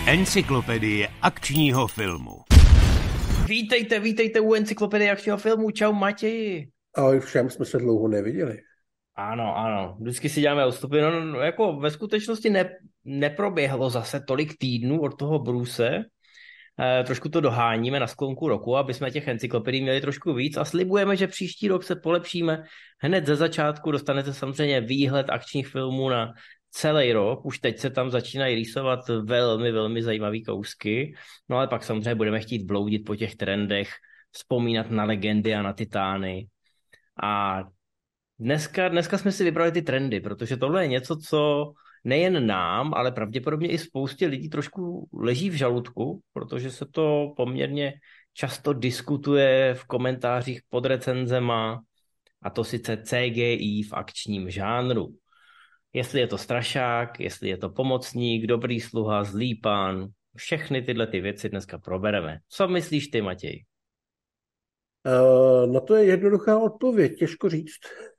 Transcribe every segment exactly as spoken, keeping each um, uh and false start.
Encyklopedie akčního filmu. Vítejte, vítejte u Encyklopedie akčního filmu. Čau Matěji. Ahoj všem, jsme se dlouho neviděli. Ano, ano, vždycky si děláme odstupy. No, no, jako ve skutečnosti ne, neproběhlo zase tolik týdnů od toho Bruce. E, trošku to doháníme na sklonku roku, aby jsme těch encyklopedií měli trošku víc a slibujeme, že příští rok se polepšíme. Hned ze začátku dostanete samozřejmě výhled akčních filmů na celý rok. Už teď se tam začínají rýsovat velmi, velmi zajímavý kousky. No ale pak samozřejmě budeme chtít bloudit po těch trendech, vzpomínat na legendy a na titány. A dneska, dneska jsme si vybrali ty trendy, protože tohle je něco, co nejen nám, ale pravděpodobně i spoustě lidí trošku leží v žaludku, protože se to poměrně často diskutuje v komentářích pod recenzema, a to sice C G I v akčním žánru. Jestli je to strašák, jestli je to pomocník, dobrý sluha, zlý pán, všechny tyhle ty věci dneska probereme. Co myslíš ty, Matěj? Uh, no to je jednoduchá odpověď, těžko říct.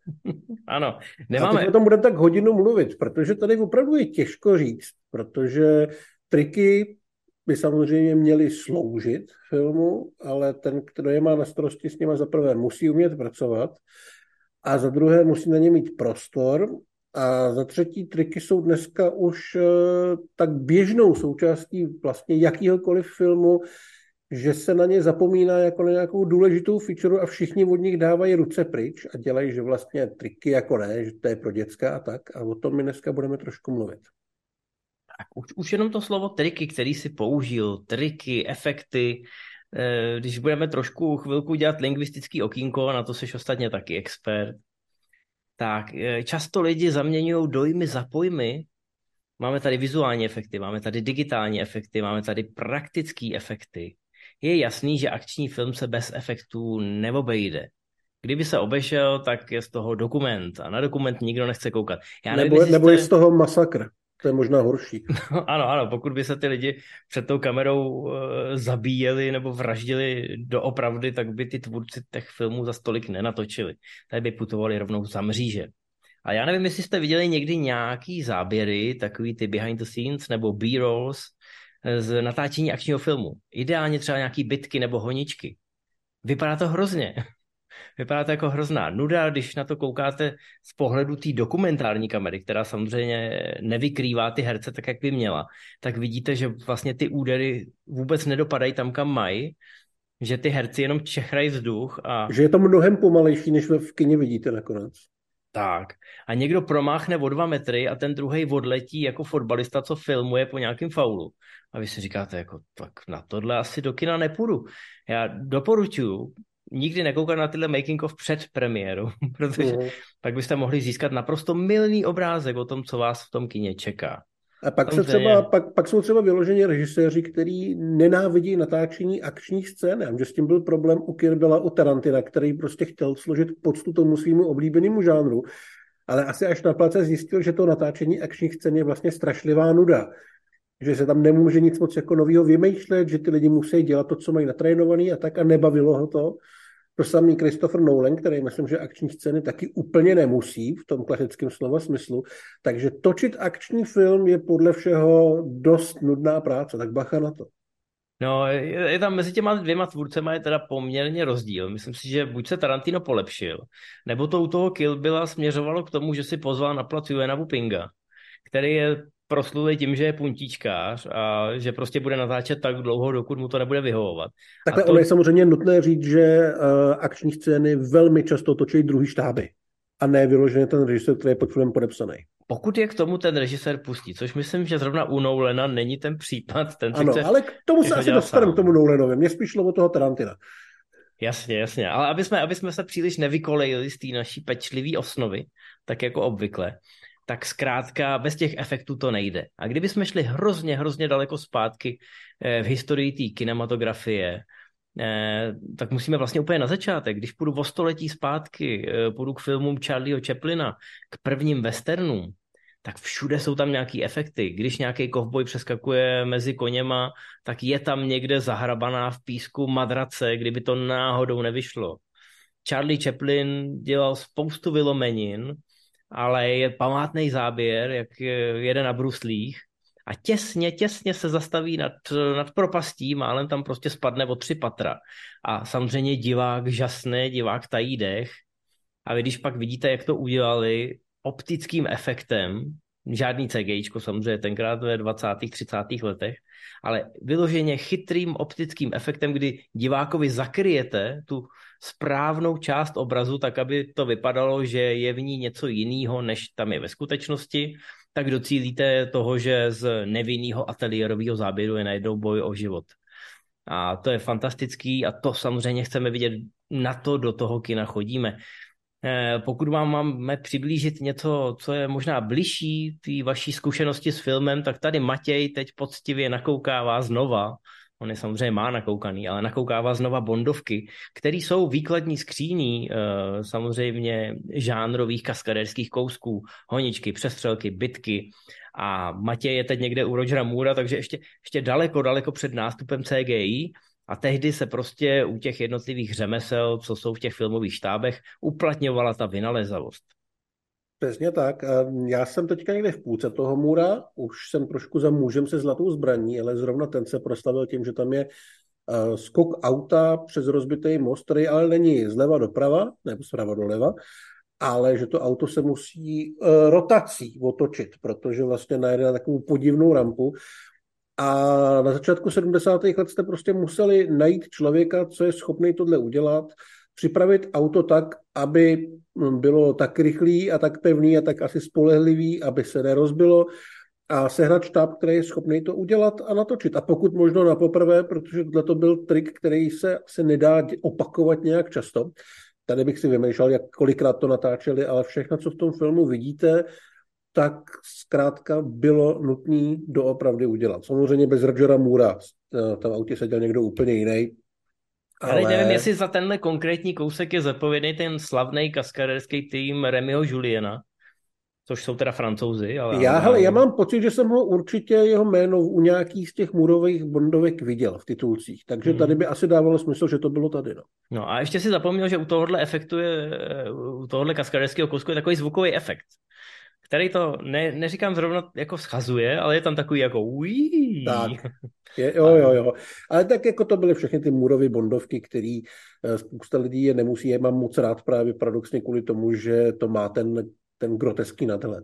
Ano, nemáme... A teď o tom budeme tak hodinu mluvit, protože tady opravdu je těžko říct, protože triky by samozřejmě měly sloužit filmu, ale ten, kdo je má na starosti, s nima za prvé musí umět pracovat a za druhé musí na ně mít prostor. A za třetí, triky jsou dneska už uh, tak běžnou součástí vlastně jakýhokoliv filmu, že se na ně zapomíná jako na nějakou důležitou feature a všichni od nich dávají ruce pryč a dělají, že vlastně triky jako ne, že to je pro děcka a tak. A o tom my dneska budeme trošku mluvit. Tak už, už jenom to slovo triky, který si použil, triky, efekty, eh, když budeme trošku chvilku dělat lingvistický okýnko, na to jsi ostatně taky expert, tak často lidi zaměňují dojmy za pojmy. Máme tady vizuální efekty, máme tady digitální efekty, máme tady praktické efekty. Je jasný, že akční film se bez efektů neobejde. Kdyby se obešel, tak je z toho dokument a na dokument nikdo nechce koukat. Já nevím, nebo nebo jste... je z toho masakr. To je možná horší. ano, ano, pokud by se ty lidi před tou kamerou uh, zabíjeli nebo vraždili doopravdy, tak by ty tvůrci těch filmů za stolik nenatočili. Tady by putovali rovnou za mříže. A já nevím, jestli jste viděli někdy nějaký záběry, takový ty behind the scenes nebo B-rolls z natáčení akčního filmu. Ideálně třeba nějaký bitky nebo honičky. Vypadá to hrozně. Vypadá to jako hrozná nuda, když na to koukáte z pohledu té dokumentární kamery, která samozřejmě nevykrývá ty herce tak, jak by měla, tak vidíte, že vlastně ty údery vůbec nedopadají tam, kam mají, že ty herci jenom čechrají vzduch. A... Že je to mnohem pomalejší, než v kině vidíte nakonec. Tak. A někdo promáchne o dva metry a ten druhej odletí jako fotbalista, co filmuje po nějakém faulu. A vy si říkáte, jako, tak na tohle asi do kina nepůjdu. Já doporučuji nikdy nekoukat na tyhle making of před premiéru, protože mm. pak byste mohli získat naprosto mylný obrázek o tom, co vás v tom kině čeká. A pak, se třeba, pak, pak jsou třeba vyloženi režiséři, kteří nenávidí natáčení akčních scén. Já, že s tím byl problém u Kirbela, u Tarantina, který prostě chtěl složit poctu tomu svýmu oblíbenému žánru, ale asi až na place zjistil, že to natáčení akčních scén je vlastně strašlivá nuda. Že se tam nemůže nic moc jako novýho vymýšlet, že ty lidi musí dělat to, co mají natrénovaný a tak a nebavilo ho to. To samý Christopher Nolan, který myslím, že akční scény taky úplně nemusí v tom klasickém slova smyslu. Takže točit akční film je podle všeho dost nudná práce, tak bacha na to. No, je, je tam mezi těma dvěma tvůrcema je teda poměrně rozdíl. Myslím si, že buď se Tarantino polepšil, nebo to u toho Kill Billa směřovalo k tomu, že si pozval na plac Yuena Wu Pinga, který je proslulý tím, že je puntíčkář a že prostě bude natáčet tak dlouho, dokud mu to nebude vyhovovat. Takhle to... ono je samozřejmě nutné říct, že uh, akční scény velmi často točí druhý štáby a ne vyloženě ten režisér, který je pod filmem podepsaný. Pokud je k tomu ten režisér pustí, což myslím, že zrovna u Nolana není ten případ. Ten ano, chce, ale k tomu se asi dostaneme, k tomu Nolanovi. Mně spíš šlo o toho Tarantina. Jasně, jasně. Ale aby jsme, aby jsme se příliš nevykolejili z té naší pečlivé osnovy, tak jako obvykle, tak zkrátka bez těch efektů to nejde. A kdyby jsme šli hrozně, hrozně daleko zpátky v historii té kinematografie, tak musíme vlastně úplně na začátek. Když půjdu o století zpátky, půjdu k filmům Charlieho Chaplina, k prvním westernům, tak všude jsou tam nějaký efekty. Když nějaký kovboj přeskakuje mezi koněma, tak je tam někde zahrabaná v písku madrace, kdyby to náhodou nevyšlo. Charlie Chaplin dělal spoustu vylomenin, ale je památný záběr, jak jede na bruslích a těsně, těsně se zastaví nad, nad propastí, málem tam prostě spadne o tři patra. A samozřejmě divák žasne, divák tají dech. A vy když pak vidíte, jak to udělali optickým efektem, žádný CGIčko samozřejmě tenkrát ve dvacátých třicátých letech, ale vyloženě chytrým optickým efektem, kdy divákovi zakryjete tu správnou část obrazu, tak aby to vypadalo, že je v ní něco jiného, než tam je ve skutečnosti, tak docílíte toho, že z nevinného ateliérového záběru je najednou boj o život. A to je fantastický a to samozřejmě chceme vidět, na to do toho kina chodíme. Pokud vám máme přiblížit něco, co je možná bližší té vaší zkušenosti s filmem, tak tady Matěj teď poctivě nakoukává znova, on je samozřejmě má nakoukaný, ale nakoukává znova bondovky, které jsou výkladní skříní samozřejmě žánrových kaskadérských kousků, honičky, přestřelky, bitky. A Matěj je teď někde u Rogera Moora, takže ještě, ještě daleko, daleko před nástupem C G I. A tehdy se prostě u těch jednotlivých řemesel, co jsou v těch filmových štábech, uplatňovala ta vynalézavost. Přesně tak. Já jsem teďka někde v půlce toho Moora, už jsem trošku za mužem se zlatou zbraní, ale zrovna ten se proslavil tím, že tam je skok auta přes rozbitý most, který ale není zleva doprava, nebo zprava doleva, ale že to auto se musí rotací otočit, protože vlastně najde na takovou podivnou rampu. A na začátku sedmdesátých let jste prostě museli najít člověka, co je schopný tohle udělat, připravit auto tak, aby bylo tak rychlý a tak pevný a tak asi spolehlivý, aby se nerozbilo a sehnat štáb, který je schopný to udělat a natočit. A pokud možno na poprvé, protože tohle to byl trik, který se, se nedá opakovat nějak často. Tady bych si vymýšlel, jak kolikrát to natáčeli, ale všechno, co v tom filmu vidíte, tak zkrátka bylo nutné doopravdy udělat. Samozřejmě bez Rogera Moora, tam v autě seděl někdo úplně jiný. Ale... ale nevím, jestli za tenhle konkrétní kousek je zapovědný ten slavný kaskadérský tým Remyho Juliena, což jsou teda Francouzi. Ale... Já, hele, já mám pocit, že jsem ho určitě jeho jméno u nějakých z těch Moorových bondovek viděl v titulcích, takže tady by asi dávalo smysl, že to bylo tady. No, no a ještě si zapomněl, že u tohohle efektu je, u tohohle kaskadérského kousku je takový zvukový efekt, který to, ne, neříkám zrovna jako schazuje, ale je tam takový jako ují. Tak, je, jo, jo, jo. Ale tak jako to byly všechny ty Moorovy bondovky, který spousta lidí je nemusí, je mám moc rád právě paradoxně kvůli tomu, že to má ten, ten groteský nadhled.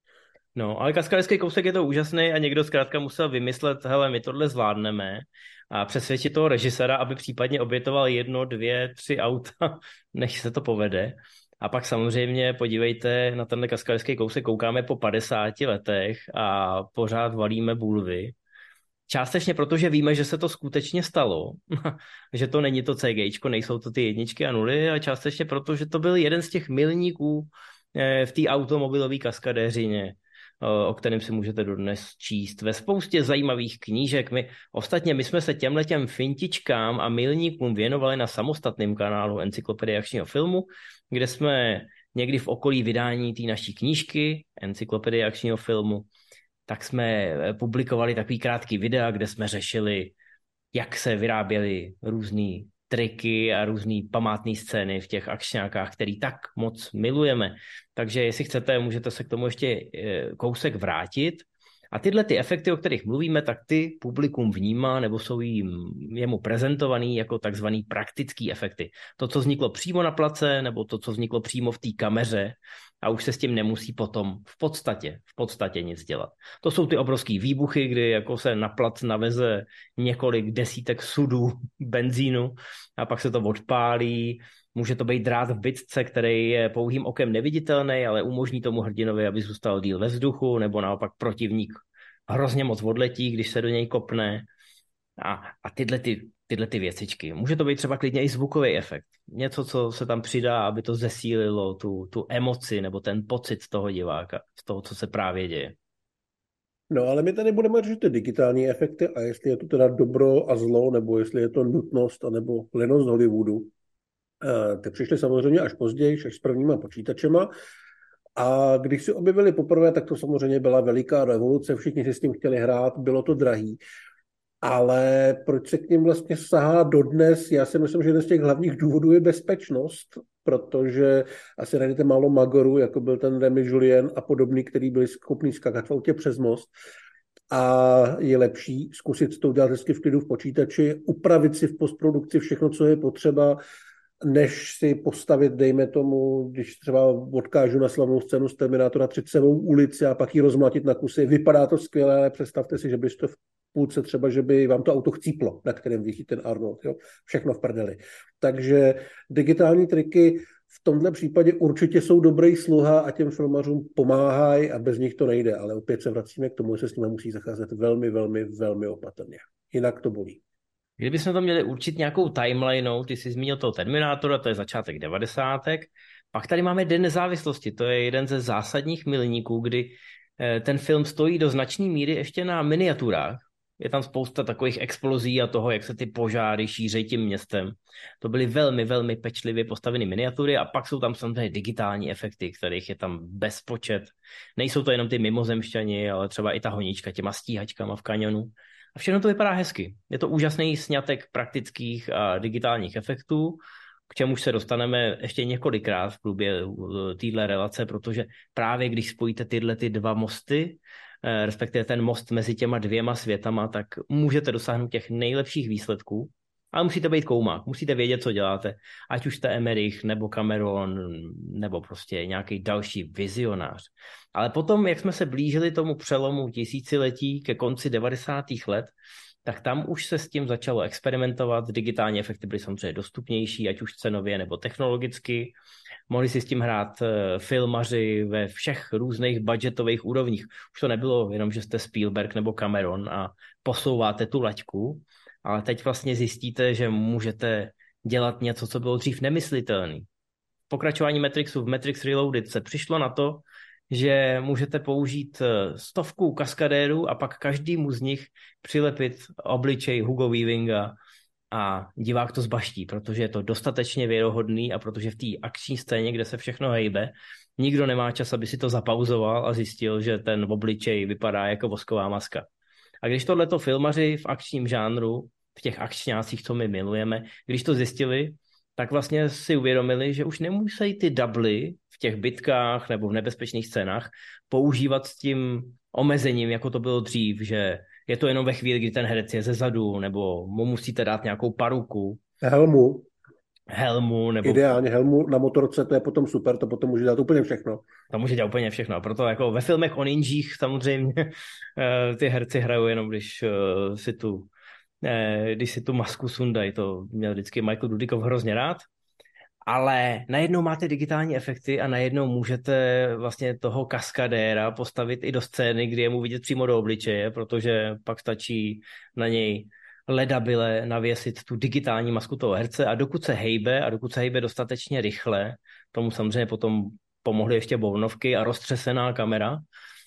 No, ale kaskadérský kousek je to úžasný a někdo zkrátka musel vymyslet, hele, my tohle zvládneme a přesvědčit toho režiséra, aby případně obětoval jedno, dvě, tři auta, než se to povede. A pak samozřejmě podívejte na tenhle kaskadérský kousek, koukáme po padesáti letech a pořád valíme bulvy. Částečně protože víme, že se to skutečně stalo, že to není to CGIčko, nejsou to ty jedničky a nuly, a částečně proto, že to byl jeden z těch milníků v té automobilové kaskadéřině, o kterém si můžete dodnes číst ve spoustě zajímavých knížek. My, ostatně my jsme se těmhletěm fintičkám a milníkům věnovali na samostatném kanálu Encyklopedie akčního filmu, kde jsme někdy v okolí vydání té naší knížky Encyklopedie akčního filmu, tak jsme publikovali takový krátký videa, kde jsme řešili, jak se vyráběly různý triky a různý památné scény v těch akčňákách, který tak moc milujeme. Takže jestli chcete, můžete se k tomu ještě kousek vrátit. A tyhle ty efekty, o kterých mluvíme, tak ty publikum vnímá nebo jsou jim, jemu prezentovaný jako takzvaný praktický efekty. To, co vzniklo přímo na place, nebo to, co vzniklo přímo v té kameře a už se s tím nemusí potom v podstatě, v podstatě nic dělat. To jsou ty obrovský výbuchy, kdy jako se na plac naveze několik desítek sudů benzínu a pak se to odpálí. Může to být drát v bitce, který je pouhým okem neviditelný, ale umožní tomu hrdinovi, aby zůstal díl ve vzduchu, nebo naopak protivník hrozně moc odletí, když se do něj kopne. A, a tyhle, ty, tyhle ty věcičky. Může to být třeba klidně i zvukový efekt. Něco, co se tam přidá, aby to zesílilo tu, tu emoci nebo ten pocit toho diváka, z toho, co se právě děje. No, ale my tady budeme řešit ty digitální efekty a jestli je to teda dobro a zlo, nebo jestli je to nutnost, anebo lenost Hollywoodu. Ty přišly samozřejmě až později, až s prvníma počítačema. A když si objevili poprvé, tak to samozřejmě byla veliká revoluce, všichni si s tím chtěli hrát, bylo to drahý. Ale proč se k ním vlastně sahá dodnes? Já si myslím, že jeden z těch hlavních důvodů je bezpečnost, protože asi najdete málo magorů, jako byl ten Remy Julien a podobný, který byli schopní skákat v autě přes most. a je lepší zkusit to udělat hezky v klidu v počítači, upravit si v postprodukci všechno, co je potřeba, než si postavit, dejme tomu, když třeba odkážu na slavnou scénu z Terminátora tři celou ulici a pak ji rozmlatit na kusy. Vypadá to skvěle, ale představte si, že byste v půlce třeba, že by vám to auto chcíplo, na kterém vychý ten Arnold. Jo? Všechno v prdeli. Takže digitální triky v tomhle případě určitě jsou dobrý sluha a těm filmařům pomáhají a bez nich to nejde. Ale opět se vracíme k tomu, že se s nimi musí zacházet velmi, velmi, velmi opatrně. Jinak to bolí. Kdybychom to měli určit nějakou timelineou, ty jsi zmínil toho Terminátora, to je začátek devadesátek, pak tady máme Den nezávislosti, to je jeden ze zásadních milníků, kdy ten film stojí do značné míry ještě na miniaturách. Je tam spousta takových explozí a toho, jak se ty požáry šíří tím městem. To byly velmi, velmi pečlivě postaveny miniatury a pak jsou tam samozřejmě digitální efekty, kterých je tam bezpočet. Nejsou to jenom ty mimozemšťani, ale třeba i ta honička těma stíhačkama v kanionu. A všechno to vypadá hezky. Je to úžasný sňatek praktických a digitálních efektů, k čemuž se dostaneme ještě několikrát v průběhu téhle relace, protože právě když spojíte tyhle ty dva mosty, respektive ten most mezi těma dvěma světama, tak můžete dosáhnout těch nejlepších výsledků, ale musíte být koumák, musíte vědět, co děláte, ať už jste Emmerich, nebo Cameron, nebo prostě nějaký další vizionář. Ale potom, jak jsme se blížili tomu přelomu tisíciletí ke konci devadesátých let, tak tam už se s tím začalo experimentovat, digitální efekty byly samozřejmě dostupnější, ať už cenově nebo technologicky. Mohli si s tím hrát filmaři ve všech různých budgetových úrovních. Už to nebylo jenom, že jste Spielberg nebo Cameron a posouváte tu laťku, ale teď vlastně zjistíte, že můžete dělat něco, co bylo dřív nemyslitelné. V pokračování Matrixu, v Matrix Reloaded se přišlo na to, že můžete použít stovku kaskadérů a pak každému z nich přilepit obličej Hugo Weavinga a divák to zbaští, protože je to dostatečně věrohodný a protože v té akční scéně, kde se všechno hejbe, nikdo nemá čas, aby si to zapauzoval a zjistil, že ten obličej vypadá jako vosková maska. A když tohleto filmaři v akčním žánru, v těch akčňácích, co my milujeme, když to zjistili, tak vlastně si uvědomili, že už nemusí ty dubly v těch bitkách nebo v nebezpečných scénách používat s tím omezením, jako to bylo dřív, že je to jenom ve chvíli, kdy ten herec je zezadu, nebo mu musíte dát nějakou paruku. Helmu. Helmu. Nebo... Ideálně helmu na motorce, to je potom super, to potom může dát úplně všechno. To může dělat úplně všechno, proto jako ve filmech o ninjích samozřejmě ty herci hrajou jenom, když si tu když si tu masku sundají, to měl vždycky Michael Dudikoff hrozně rád, ale najednou máte digitální efekty a najednou můžete vlastně toho kaskadéra postavit i do scény, kdy je mu vidět přímo do obličeje, protože pak stačí na něj ledabile navěsit tu digitální masku toho herce a dokud se hejbe a dokud se hejbe dostatečně rychle, tomu samozřejmě potom pomohly ještě bounovky a roztřesená kamera,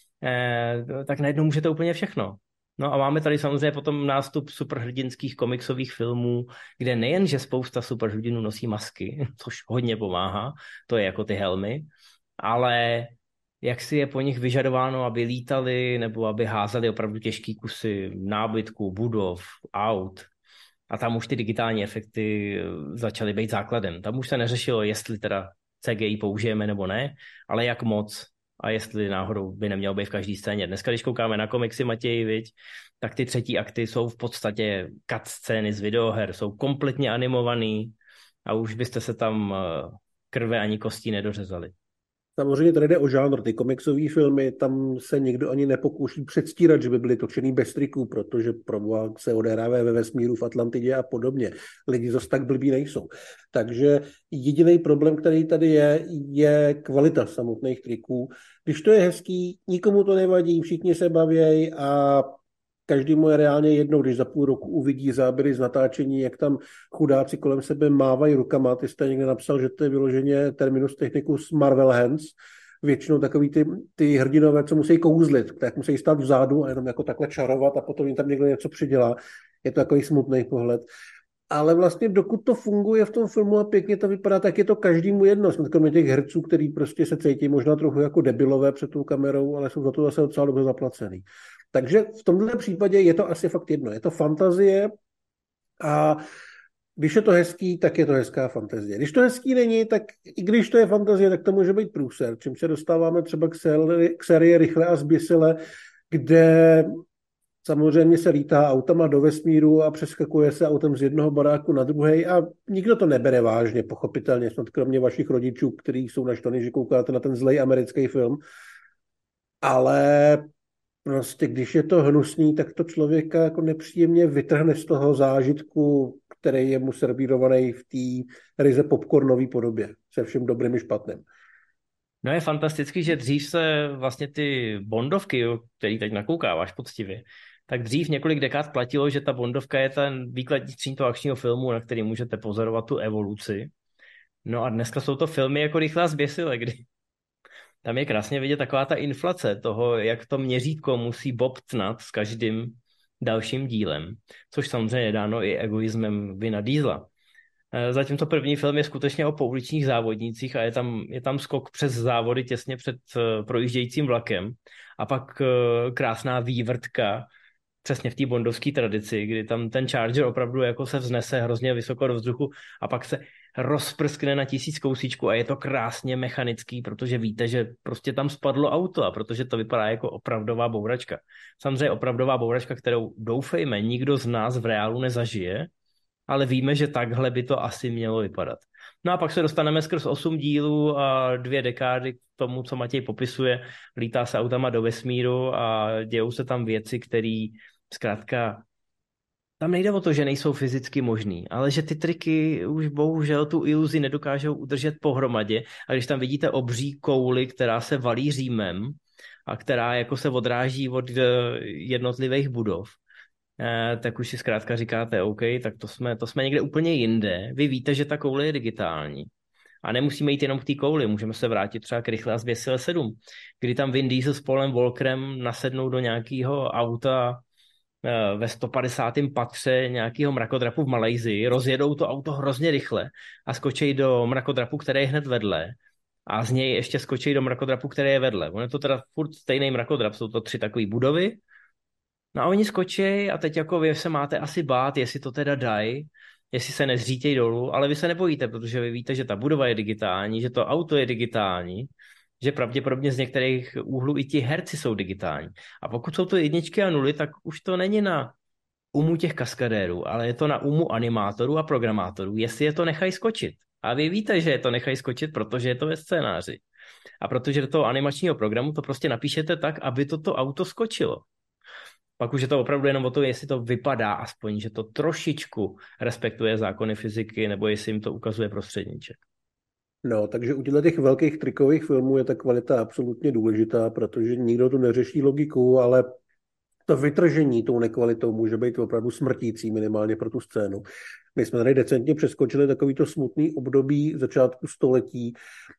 eh, tak najednou můžete úplně všechno. No a máme tady samozřejmě potom nástup superhrdinských komiksových filmů, kde nejen, že spousta superhrdinů nosí masky, což hodně pomáhá, to je jako ty helmy, ale jak si je po nich vyžadováno, aby lítali nebo aby házeli opravdu těžký kusy nábytku, budov, aut. A tam už ty digitální efekty začaly být základem. Tam už se neřešilo, jestli teda C G I použijeme nebo ne, ale jak moc. A jestli náhodou by nemělo být v každé scéně. Dneska, když koukáme na komiksy Matěji, viď, tak ty třetí akty jsou v podstatě cut scény z videoher, jsou kompletně animovaný a už byste se tam krve ani kostí nedořezali. Samozřejmě tady jde o žánr. Ty komiksové filmy, tam se nikdo ani nepokouší předstírat, že by byly točený bez triků, protože proboha se odehrávají ve vesmíru, v Atlantidě a podobně. Lidi zase tak blbí nejsou. Takže jediný problém, který tady je, je kvalita samotných triků. Když to je hezký, nikomu to nevadí, všichni se baví a každému je reálně jednou, když za půl roku uvidí záběry z natáčení, jak tam chudáci kolem sebe mávají rukama. Ty jste někde napsal, že to je vyloženě terminus technicus Marvel Hands. Většinou takový ty, ty hrdinové, co musí kouzlit, tak musí stát vzadu a jenom jako takhle čarovat a potom jim tam někdo něco přidělá. Je to takový smutný pohled. Ale vlastně dokud to funguje v tom filmu a pěkně to vypadá, tak je to každému jedno. Jsme kromě těch herců, který prostě se cítí možná trochu jako debilové před tou kamerou, ale jsou za to zase docela dobře zaplacený. Takže v tomhle případě je to asi fakt jedno. Je to fantazie a když je to hezký, tak je to hezká fantazie. Když to hezký není, tak i když to je fantazie, tak to může být průser. Čím se dostáváme třeba k sérii, k sérii Rychle a zběsile, kde Samozřejmě se lítá autama do vesmíru a přeskakuje se autem z jednoho baráku na druhý a nikdo to nebere vážně, pochopitelně, snad kromě vašich rodičů, kteří jsou naštvaní, že koukáte na ten zlej americký film. Ale prostě, když je to hnusný, tak to člověka jako nepříjemně vytrhne z toho zážitku, který je mu servírovaný v té ryze popcornové podobě, se všem dobrým i špatným. No je fantastický, že dřív se vlastně ty bondovky, který teď nakoukáváš poctivě, tak dřív několik dekád platilo, že ta bondovka je ten výkladní skříň toho akčního filmu, na který můžete pozorovat tu evoluci. No a dneska jsou to filmy jako Rychle a zběsile, kdy tam je krásně vidět taková ta inflace toho, jak to měřítko musí bobtnat s každým dalším dílem, což samozřejmě je dáno i egoismem Vina Diesla. Zatímco první film je skutečně o pouličních závodnících a je tam, je tam skok přes závody těsně před projíždějícím vlakem a pak krásná vývrtka přesně v té bondovské tradici, kdy tam ten Charger opravdu jako se vznese hrozně vysoko do vzduchu a pak se rozprskne na tisíc kousíčků a je to krásně mechanický, protože víte, že prostě tam spadlo auto a protože to vypadá jako opravdová bouračka. Samozřejmě opravdová bouračka, kterou doufejme nikdo z nás v reálu nezažije, ale víme, že takhle by to asi mělo vypadat. No a pak se dostaneme skrz osm dílů a dvě dekády k tomu, co Matěj popisuje. Lítá se autama do vesmíru a dějou se tam věci, které zkrátka tam nejde o to, že nejsou fyzicky možný, ale že ty triky už bohužel tu iluzi nedokážou udržet pohromadě a když tam vidíte obří kouli, která se valí římem a která jako se odráží od jednotlivých budov, tak už si zkrátka říkáte, OK, tak to jsme, to jsme někde úplně jinde. Vy víte, že ta koule je digitální. A nemusíme jít jenom k té kouli, můžeme se vrátit třeba k Rychle a zběsile sedm, kdy tam Vin Diesel s Paulem Walkerem nasednou do nějakého auta ve sto padesátém patře nějakého mrakodrapu v Malajsii, rozjedou to auto hrozně rychle a skočí do mrakodrapu, který je hned vedle. A z něj ještě skočí do mrakodrapu, který je vedle. On je to teda furt stejný mrakodrap, jsou to tři takové budovy. No a oni skočí a teď jako vy se máte asi bát, jestli to teda dají, jestli se nezřítějí dolů, ale vy se nebojíte, protože vy víte, že ta budova je digitální, že to auto je digitální, že pravděpodobně z některých úhlů i ti herci jsou digitální. A pokud jsou to jedničky a nuly, tak už to není na umu těch kaskadérů, ale je to na umu animátorů a programátorů, jestli je to nechají skočit. A vy víte, že je to nechají skočit, protože je to ve scénáři. A protože do toho animačního programu to prostě napíšete tak, aby toto auto skočilo. Pak už je to opravdu jenom o to, jestli to vypadá aspoň, že to trošičku respektuje zákony fyziky, nebo jestli jim to ukazuje prostředníček. No, takže u těch velkých trikových filmů je ta kvalita absolutně důležitá, protože nikdo tu neřeší logiku, ale to vytržení tou nekvalitou může být opravdu smrtící, minimálně pro tu scénu. My jsme tady decentně přeskočili takovýto smutný období začátku století,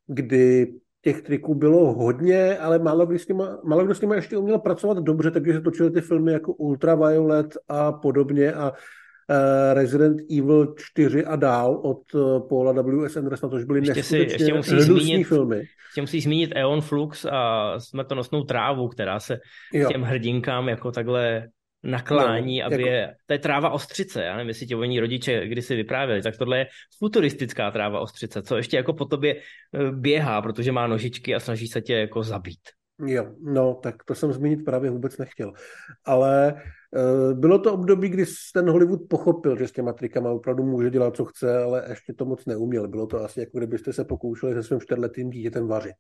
kdy těch triků bylo hodně, ale málo kdo s nima, málo kdo s nima ještě uměl pracovat dobře, takže se točily ty filmy jako Ultraviolet a podobně a uh, Resident Evil čtyři a dál od uh, Paula W S. Andersona, tož byly ještě neskutečně hnusný filmy. Ještě musíš zmínit Aeon Flux a smrtonosnou trávu, která se jo. těm hrdinkám jako takhle naklání, no, aby jako... je... To je tráva ostřice, já nevím, jestli tě oni rodiče kdysi vyprávěli, tak tohle je futuristická tráva ostřice, co ještě jako po tobě běhá, protože má nožičky a snaží se tě jako zabít. Jo, no, tak to jsem zmínit právě vůbec nechtěl. Ale uh, bylo to období, kdy ten Hollywood pochopil, že s těma trikama opravdu může dělat, co chce, ale ještě to moc neuměl. Bylo to asi jako kdybyste se pokoušeli se svým čtyřletým dítětem vařit.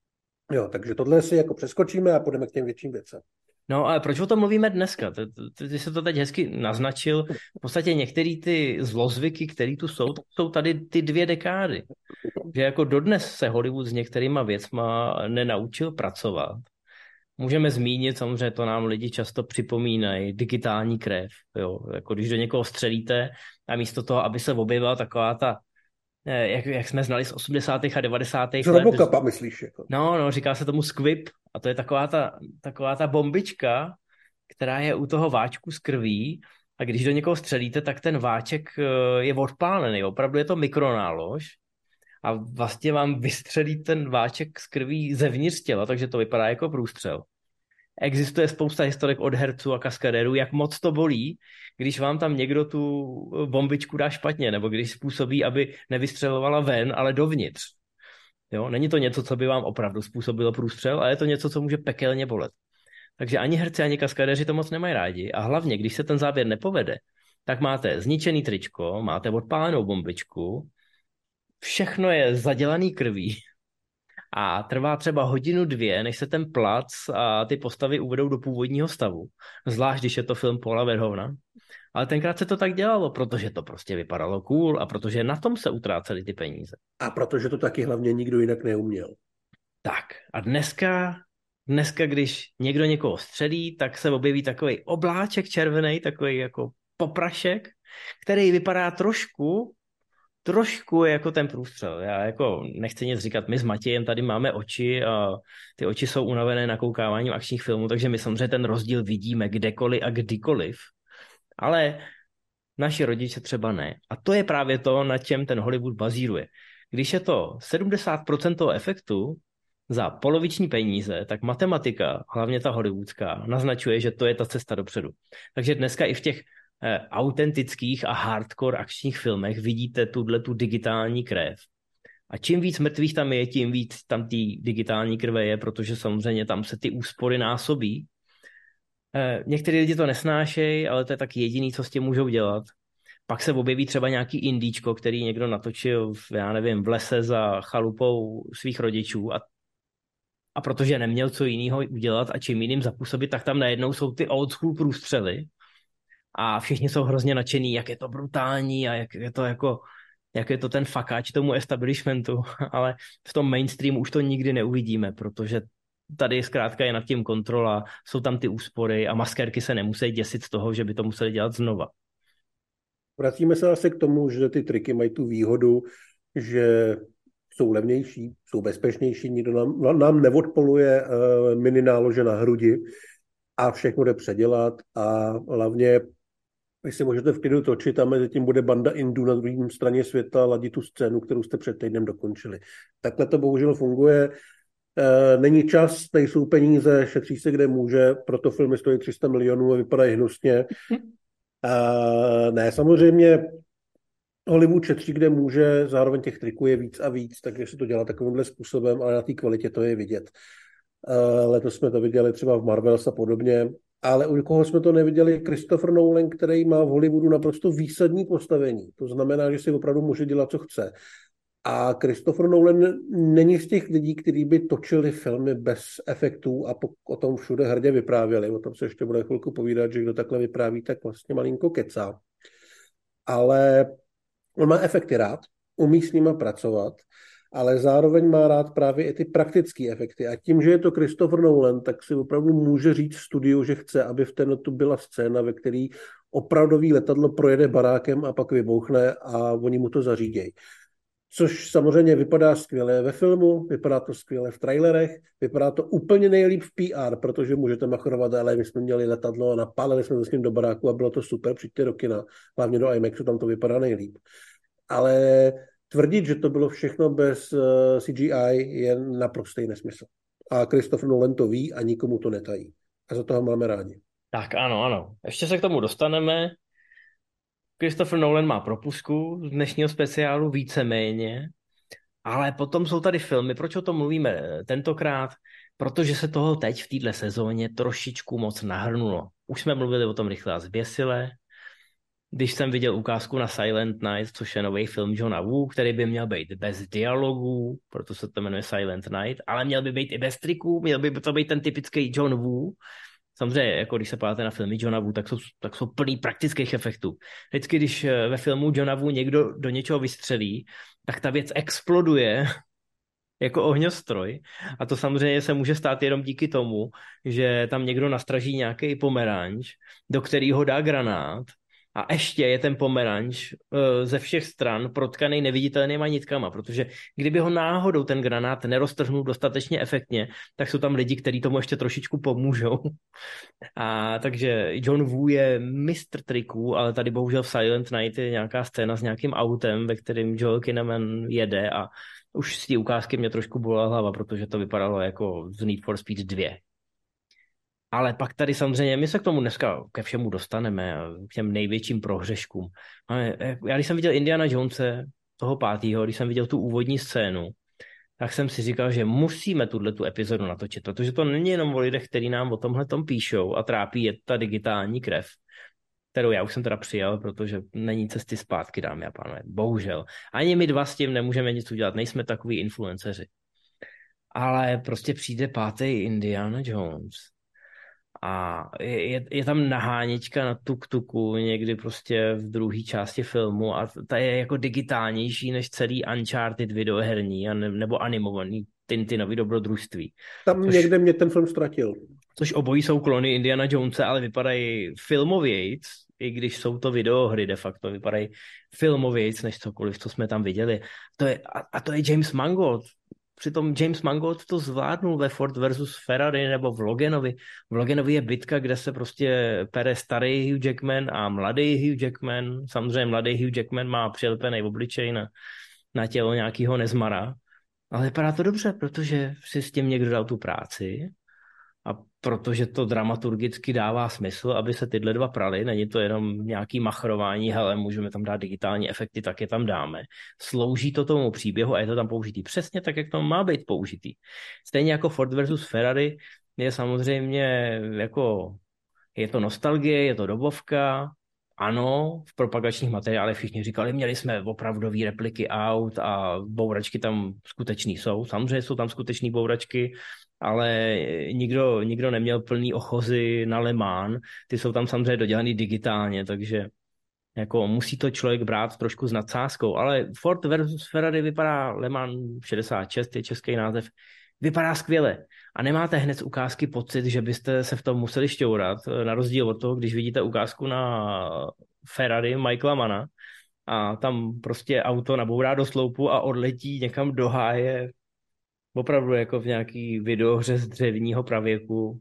Jo, takže tohle si jako přeskočíme a půjdeme k těm větším věcem. No ale proč o tom mluvíme dneska? Ty, ty, ty jsi to teď hezky naznačil. V podstatě některé ty zlozvyky, které tu jsou, jsou tady ty dvě dekády. Že jako dodnes se Hollywood s některýma věcma nenaučil pracovat. Můžeme zmínit, samozřejmě to nám lidi často připomínají, digitální krev. Jo? Jako když do někoho střelíte a místo toho, aby se objevila taková ta Jak, jak jsme znali z osmdesátých a devadesátých let. Robocapa myslíš? Jako. No, no, říká se tomu squib a to je taková ta, taková ta bombička, která je u toho váčku z krví a když do někoho střelíte, tak ten váček je odpálený. Opravdu je to mikronálož a vlastně vám vystřelí ten váček z krví zevnitř těla, takže to vypadá jako průstřel. Existuje spousta historek od herců a kaskadérů, jak moc to bolí, když vám tam někdo tu bombičku dá špatně, nebo když způsobí, aby nevystřelovala ven, ale dovnitř. Jo? Není to něco, co by vám opravdu způsobilo průstřel, ale je to něco, co může pekelně bolet. Takže ani herci, ani kaskadéři to moc nemají rádi. A hlavně, když se ten záběr nepovede, tak máte zničený tričko, máte odpálenou bombičku, všechno je zadělaný krví a trvá třeba hodinu, dvě, než se ten plac a ty postavy uvedou do původního stavu. Zvlášť, když je to film Paula Verhoevena. Ale tenkrát se to tak dělalo, protože to prostě vypadalo cool a protože na tom se utrácely ty peníze. A protože to taky hlavně nikdo jinak neuměl. Tak a dneska, dneska, když někdo někoho střelí, tak se objeví takový obláček červený, takový jako poprašek, který vypadá trošku, trošku jako ten průstřel. Já jako nechci nic říkat, my s Matějem tady máme oči a ty oči jsou unavené nakoukáváním akčních filmů, takže my samozřejmě ten rozdíl vidíme kdekoliv a kdykoliv. Ale naši rodiče třeba ne. A to je právě to, na čem ten Hollywood bazíruje. Když je to sedmdesát procent toho efektu za poloviční peníze, tak matematika, hlavně ta hollywoodská, naznačuje, že to je ta cesta dopředu. Takže dneska i v těch eh, autentických a hardcore akčních filmech vidíte tuhle tu digitální krev. A čím víc mrtvých tam je, tím víc tam té digitální krve je, protože samozřejmě tam se ty úspory násobí. Eh, některý lidi to nesnášejí, ale to je tak jediný, co s tím můžou dělat. Pak se objeví třeba nějaký indíčko, který někdo natočil v, já nevím, v lese za chalupou svých rodičů a, a protože neměl co jiného udělat a čím jiným zapůsobit, tak tam najednou jsou ty old school průstřely a všichni jsou hrozně nadšený, jak je to brutální a jak je to jako, jak je to ten fakáč tomu establishmentu, ale v tom mainstreamu už to nikdy neuvidíme, protože tady zkrátka je nad tím kontrola, jsou tam ty úspory a maskérky se nemusí děsit z toho, že by to museli dělat znova. Vracíme se zase k tomu, že ty triky mají tu výhodu, že jsou levnější, jsou bezpečnější, nikdo nám, nám neodpoluje uh, mini nálože na hrudi a všechno jde předělat a hlavně vy si můžete v klidu točit a mezi tím bude banda Indů na druhé straně světa ladit tu scénu, kterou jste před týdnem dokončili. Takhle to bohužel funguje. Uh, není čas, nejsou peníze, šetří se kde může, proto filmy stojí tři sta milionů a vypadají hnusně. Uh, ne, samozřejmě Hollywood šetří, kde může, zároveň těch triků je víc a víc, takže se to dělá takovýmhle způsobem, ale na té kvalitě to je vidět. Uh, letos jsme to viděli třeba v Marvels a podobně, ale u koho jsme to neviděli, Christopher Nolan, který má v Hollywoodu naprosto výsadní postavení. To znamená, že si opravdu může dělat, co chce. A Christopher Nolan není z těch lidí, kteří by točili filmy bez efektů a o tom všude hrdě vyprávěli. O tom se ještě bude chvilku povídat, že kdo takhle vypráví, tak vlastně malinko kecá. Ale on má efekty rád, umí s nima pracovat, ale zároveň má rád právě i ty praktické efekty. A tím, že je to Christopher Nolan, tak si opravdu může říct studiu, že chce, aby v této tu byla scéna, ve které opravdový letadlo projede barákem a pak vybouchne a oni mu to zařídějí. Což samozřejmě vypadá skvěle ve filmu, vypadá to skvěle v trailerech, vypadá to úplně nejlíp v P R, protože můžete machrovat, ale my jsme měli letadlo a napálili jsme se s ním do baráku a bylo to super, přijďte do kina, hlavně do IMAXu, tam to vypadá nejlíp. Ale tvrdit, že to bylo všechno bez C G I, je naprostý nesmysl. A Christopher Nolan to ví a nikomu to netají. A za toho máme rádi. Tak ano, ano. Ještě se k tomu dostaneme. Christopher Nolan má propusku z dnešního speciálu víceméně, ale potom jsou tady filmy. Proč o tom mluvíme tentokrát? Protože se toho teď v této sezóně trošičku moc nahrnulo. Už jsme mluvili o tom Rychle a zběsile. Když jsem viděl ukázku na Silent Night, což je nový film Johna Woo, který by měl být bez dialogů, proto se to jmenuje Silent Night, ale měl by být i bez triků, měl by to být ten typický John Woo. Samozřejmě, jako když se podíváte na filmy Johna Woo, tak jsou, tak jsou plný praktických efektů. Vždycky, když ve filmu Johna Woo někdo do něčeho vystřelí, tak ta věc exploduje jako ohňostroj. A to samozřejmě se může stát jenom díky tomu, že tam někdo nastraží nějaký pomeranč, do kterého dá granát, a ještě je ten pomeranč uh, ze všech stran protkaný neviditelnýma nitkama, protože kdyby ho náhodou ten granát neroztrhnul dostatečně efektně, tak jsou tam lidi, kteří tomu ještě trošičku pomůžou. A takže John Woo je mistr triků, ale tady bohužel v Silent Night je nějaká scéna s nějakým autem, ve kterém Joel Kinnaman jede a už z té ukázky mě trošku bolela hlava, protože to vypadalo jako z Need for Speed dva. Ale pak tady samozřejmě, my se k tomu dneska ke všemu dostaneme, k těm největším prohřeškům. Já když jsem viděl Indiana Jonese toho pátýho, když jsem viděl tu úvodní scénu, tak jsem si říkal, že musíme tuhle tu epizodu natočit, protože to není jenom o lidech, kteří nám o tomhle tom píšou a trápí je ta digitální krev, kterou já už jsem teda přijal, protože není cesty zpátky, dámy a pánové. Bohužel. Ani my dva s tím nemůžeme nic udělat, nejsme takový influenceři. Ale prostě přijde pátý Indiana Jones a je, je, je tam nahánička na tuk-tuku někdy prostě v druhé části filmu a ta je jako digitálnější než celý Uncharted videoherní a ne, nebo animovaný Tintinový dobrodružství. Tam což, někde mě ten film ztratil. Což obojí jsou klony Indiana Jonese, ale vypadají filmovějc, i když jsou to videohry de facto, vypadají filmovějc než cokoliv, co jsme tam viděli. To je, a, a to je James Mangold. Přitom James Mangold to zvládnul ve Ford versus Ferrari nebo v Loganovi. V Loganovi je bitka, kde se prostě pere starý Hugh Jackman a mladý Hugh Jackman. Samozřejmě mladý Hugh Jackman má přilepený obličej na, na tělo nějakého nezmara. Ale vypadá to dobře, protože si s tím někdo dal tu práci a protože to dramaturgicky dává smysl, aby se tyhle dva praly, není to jenom nějaký machrování, hele, můžeme tam dát digitální efekty, tak je tam dáme. Slouží to tomu příběhu a je to tam použitý přesně tak, jak to má být použitý. Stejně jako Ford versus Ferrari je samozřejmě jako, je to nostalgie, je to dobovka, ano, v propagačních materiálech všichni říkali, měli jsme opravdový repliky aut a bouračky tam skutečný jsou. Samozřejmě jsou tam skutečný bouračky, ale nikdo, nikdo neměl plný ochozy na Le Mans. Ty jsou tam samozřejmě dodělaný digitálně, takže jako musí to člověk brát trošku s nadsázkou. Ale Ford versus Ferrari vypadá, Le Mans šedesát šest je český název, vypadá skvěle. A nemáte hned z ukázky pocit, že byste se v tom museli šťourat, na rozdíl od toho, když vidíte ukázku na Ferrari Michaela Manna a tam prostě auto nabourá do sloupu a odletí někam do háje, opravdu jako v nějaký videohře z dřevního pravěku.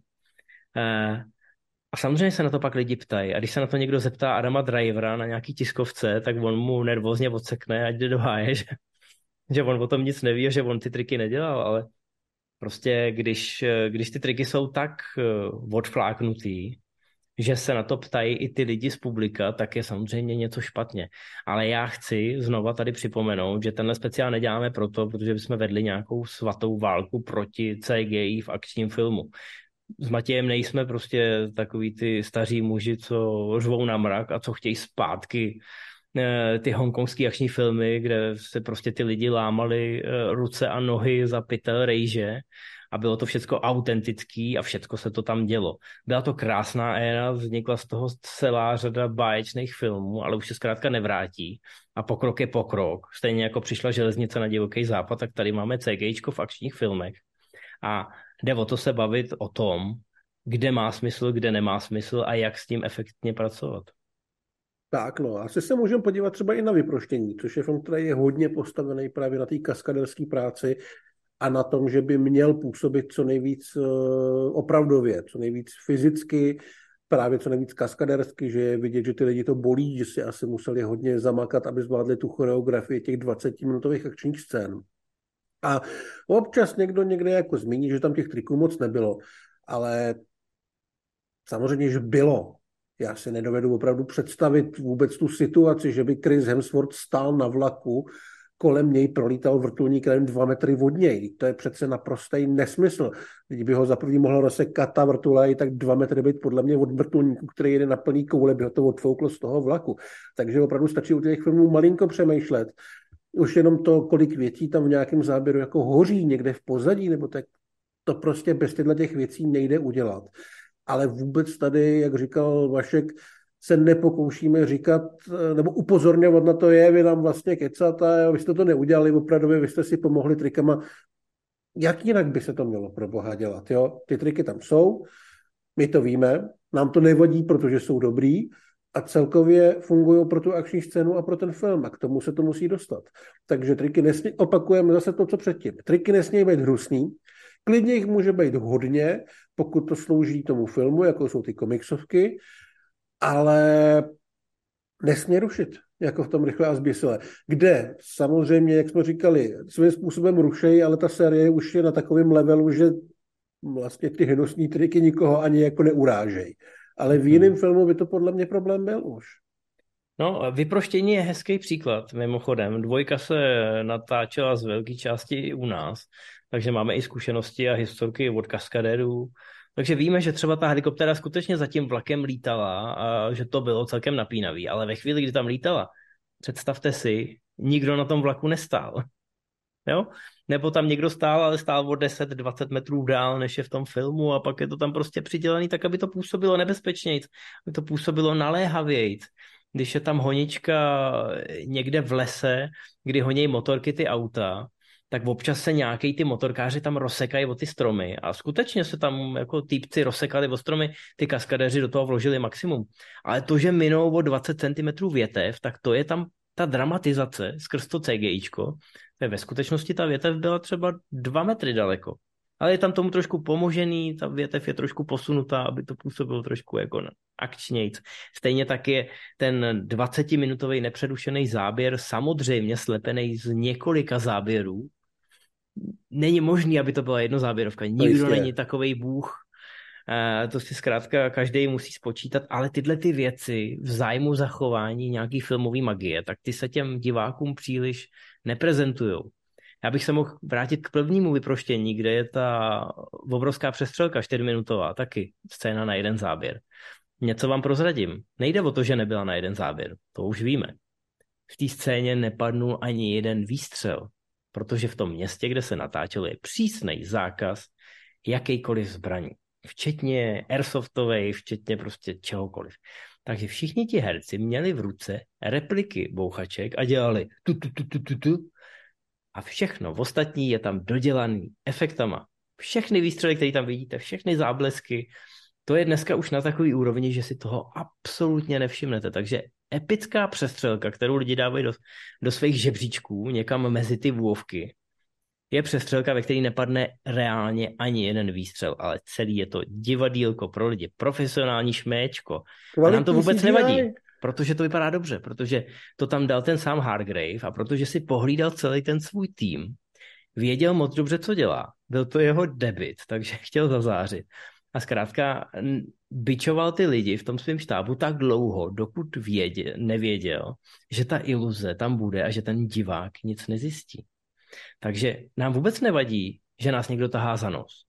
A samozřejmě se na to pak lidi ptají. A když se na to někdo zeptá Adama Drivera na nějaký tiskovce, tak on mu nervózně odsekne, ať jde do háje, že, že on o tom nic neví a že on ty triky nedělal, ale prostě když, když ty triky jsou tak odfláknutý, že se na to ptají i ty lidi z publika, tak je samozřejmě něco špatně. Ale já chci znova tady připomenout, že tenhle speciál neděláme proto, protože bychom vedli nějakou svatou válku proti C G I v akčním filmu. S Matějem nejsme prostě takový ty staří muži, co řvou na mrak a co chtějí zpátky ty hongkongský akční filmy, kde se prostě ty lidi lámali ruce a nohy za pytel rejže a bylo to všecko autentický a všecko se to tam dělo. Byla to krásná éra, vznikla z toho celá řada báječných filmů, ale už se zkrátka nevrátí a pokrok je pokrok. Stejně jako přišla železnice na divoký západ, tak tady máme CGIčko v akčních filmech a jde o to se bavit o tom, kde má smysl, kde nemá smysl a jak s tím efektně pracovat. Tak no, asi se můžeme podívat třeba i na Vyproštění, což je film, který je hodně postavený právě na té kaskaderské práci a na tom, že by měl působit co nejvíc uh, opravdově, co nejvíc fyzicky, právě co nejvíc kaskadersky, že je vidět, že ty lidi to bolí, že si asi museli hodně zamakat, aby zvládli tu choreografii těch dvacetiminutových akčních scén. A občas někdo někde jako zmíní, že tam těch triků moc nebylo, ale samozřejmě, že bylo. Já si nedovedu opravdu představit vůbec tu situaci, že by Chris Hemsworth stál na vlaku, kolem něj prolítal vrtulník jen dva metry od něj. To je přece naprostý nesmysl. Kdyby ho za první mohlo rozsekat ta vrtule, tak dva metry být podle mě od vrtulníku, který jede na plný koule, by ho to odfouklo z toho vlaku. Takže opravdu stačí u těch filmů malinko přemýšlet. Už jenom to, kolik věcí tam v nějakém záběru jako hoří někde v pozadí, nebo tak to prostě bez těchto těch věcí nejde udělat. Ale vůbec tady, jak říkal Vašek, se nepokoušíme říkat, nebo upozorňovat na to, je, vy nám vlastně kecat a vy jste to neudělali opravdu, vy jste si pomohli trikama. Jak jinak by se to mělo pro boha dělat? Jo? Ty triky tam jsou, my to víme, nám to nevadí, protože jsou dobrý a celkově fungují pro tu akční scénu a pro ten film a k tomu se to musí dostat. Takže triky nesmí, opakujeme zase to, co předtím. Triky nesmí být hnusný, klidně jich může být hodně, pokud to slouží tomu filmu, jako jsou ty komiksovky, ale nesmí rušit, jako v tom Rychle a zběsile. Kde samozřejmě, jak jsme říkali, svým způsobem rušejí, ale ta série už je na takovém levelu, že vlastně ty hnusní triky nikoho ani jako neurážejí. Ale v jiném hmm. filmu by to podle mě problém byl už. No, Vyproštění je hezký příklad, mimochodem. Dvojka se natáčela z velké části i u nás, takže máme i zkušenosti a historky od kaskadérů. Takže víme, že třeba ta helikoptéra skutečně za tím vlakem lítala a že to bylo celkem napínavý, ale ve chvíli, kdy tam lítala, představte si, nikdo na tom vlaku nestál. Jo? Nebo tam někdo stál, ale stál o deset dvacet metrů dál, než je v tom filmu a pak je to tam prostě přidělený tak, aby to působilo nebezpečnějc, aby to působilo naléhavějc. Když je tam honička někde v lese, kdy honějí motorky ty auta, tak občas se nějaký ty motorkáři tam rozsekají o ty stromy a skutečně se tam jako týpci rozsekali o stromy, ty kaskadéři do toho vložili maximum. Ale to, že minou o dvacet centimetrů větev, tak to je tam ta dramatizace skrz to CGIčko. Ve skutečnosti ta větev byla třeba dva metry daleko. Ale je tam tomu trošku pomožený, ta větev je trošku posunutá, aby to působilo trošku jako akčnějc. Stejně tak je ten dvacetiminutový nepřerušený záběr samozřejmě slepený z několika záběrů. Není možný, aby to byla jednozáběrovka. Nikdo není takovej bůh. To si zkrátka každý musí spočítat, ale tyhle ty věci v zájmu zachování nějaký filmový magie, tak ty se těm divákům příliš neprezentujou. Já bych se mohl vrátit k prvnímu Vyproštění, kde je ta obrovská přestřelka čtyřminutová, taky scéna na jeden záběr. Něco vám prozradím. Nejde o to, že nebyla na jeden záběr. To už víme. V té scéně nepadnul ani jeden výstřel, protože v tom městě, kde se natáčelo, je přísný zákaz jakýkoliv zbraní. Včetně airsoftovej, včetně prostě čehokoliv. Takže všichni ti herci měli v ruce repliky bouchaček a dělali tu, tu, tu, tu, tu, tu. A všechno ostatní je tam dodělaný efektama. Všechny výstřely, které tam vidíte, všechny záblesky, to je dneska už na takový úrovni, že si toho absolutně nevšimnete. Takže epická přestřelka, kterou lidi dávají do, do svých žebříčků někam mezi ty vůvky, je přestřelka, ve které nepadne reálně ani jeden výstřel, ale celý je to divadýlko pro lidi, profesionální šméčko. A nám to vůbec nevadí, protože to vypadá dobře, protože to tam dal ten sám Hargrave a protože si pohlídal celý ten svůj tým, věděl moc dobře, co dělá. Byl to jeho debut, takže chtěl zazářit. A zkrátka bičoval ty lidi v tom svém štábu tak dlouho, dokud věděl, nevěděl, že ta iluze tam bude a že ten divák nic nezjistí. Takže nám vůbec nevadí, že nás někdo tahá za nos.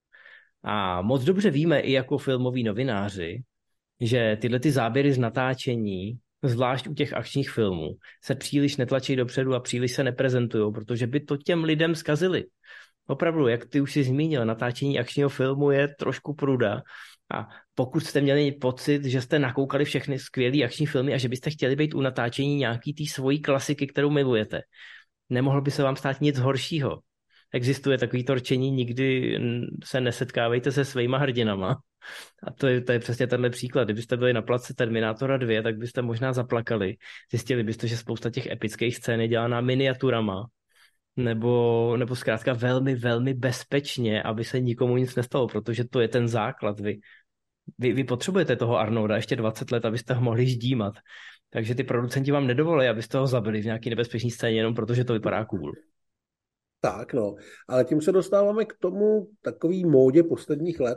A moc dobře víme i jako filmoví novináři, že tyhle ty záběry z natáčení, zvlášť u těch akčních filmů, se příliš netlačí dopředu a příliš se neprezentují, protože by to těm lidem zkazili. Opravdu, jak ty už jsi zmínil, natáčení akčního filmu je trošku pruda. A pokud jste měli pocit, že jste nakoukali všechny skvělé akční filmy a že byste chtěli být u natáčení nějaký té svojí klasiky, kterou milujete, nemohlo by se vám stát nic horšího. Existuje takový torčení, nikdy se nesetkávejte se svýma hrdinama. A to je, to je přesně tenhle příklad. Kdybyste byli na place Terminátora dva, tak byste možná zaplakali. Zjistili byste, že spousta těch epických scén je dělaná miniaturama. Nebo, nebo zkrátka velmi, velmi bezpečně, aby se nikomu nic nestalo, protože to je ten základ. Vy, vy, vy potřebujete toho Arnolda ještě dvacet let, abyste ho mohli ždímat. Takže ty producenti vám nedovolí, abyste ho zabili v nějaký nebezpečný scéně, jenom protože to vypadá cool. Tak, no. Ale tím se dostáváme k tomu takový módě posledních let,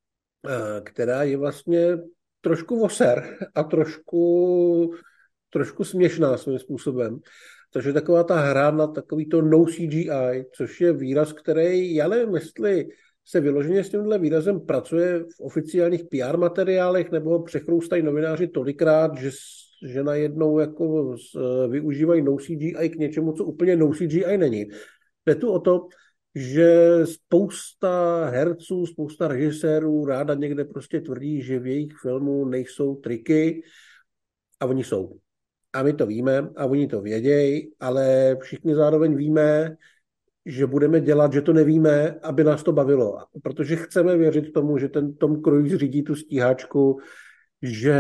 která je vlastně trošku voser a trošku, trošku směšná svým způsobem. Což je taková ta hra na takový to no C G I, což je výraz, který, já nevím, jestli se vyloženě s tímhle výrazem pracuje v oficiálních P R materiálech, nebo přechroustají novináři tolikrát, že, že najednou jako využívají no C G I k něčemu, co úplně no C G I není. Jde tu o to, že spousta herců, spousta režisérů ráda někde prostě tvrdí, že v jejich filmu nejsou triky a oni jsou. A my to víme a oni to vědějí, ale všichni zároveň víme, že budeme dělat, že to nevíme, aby nás to bavilo. Protože chceme věřit tomu, že ten Tom Cruise řídí tu stíhačku, že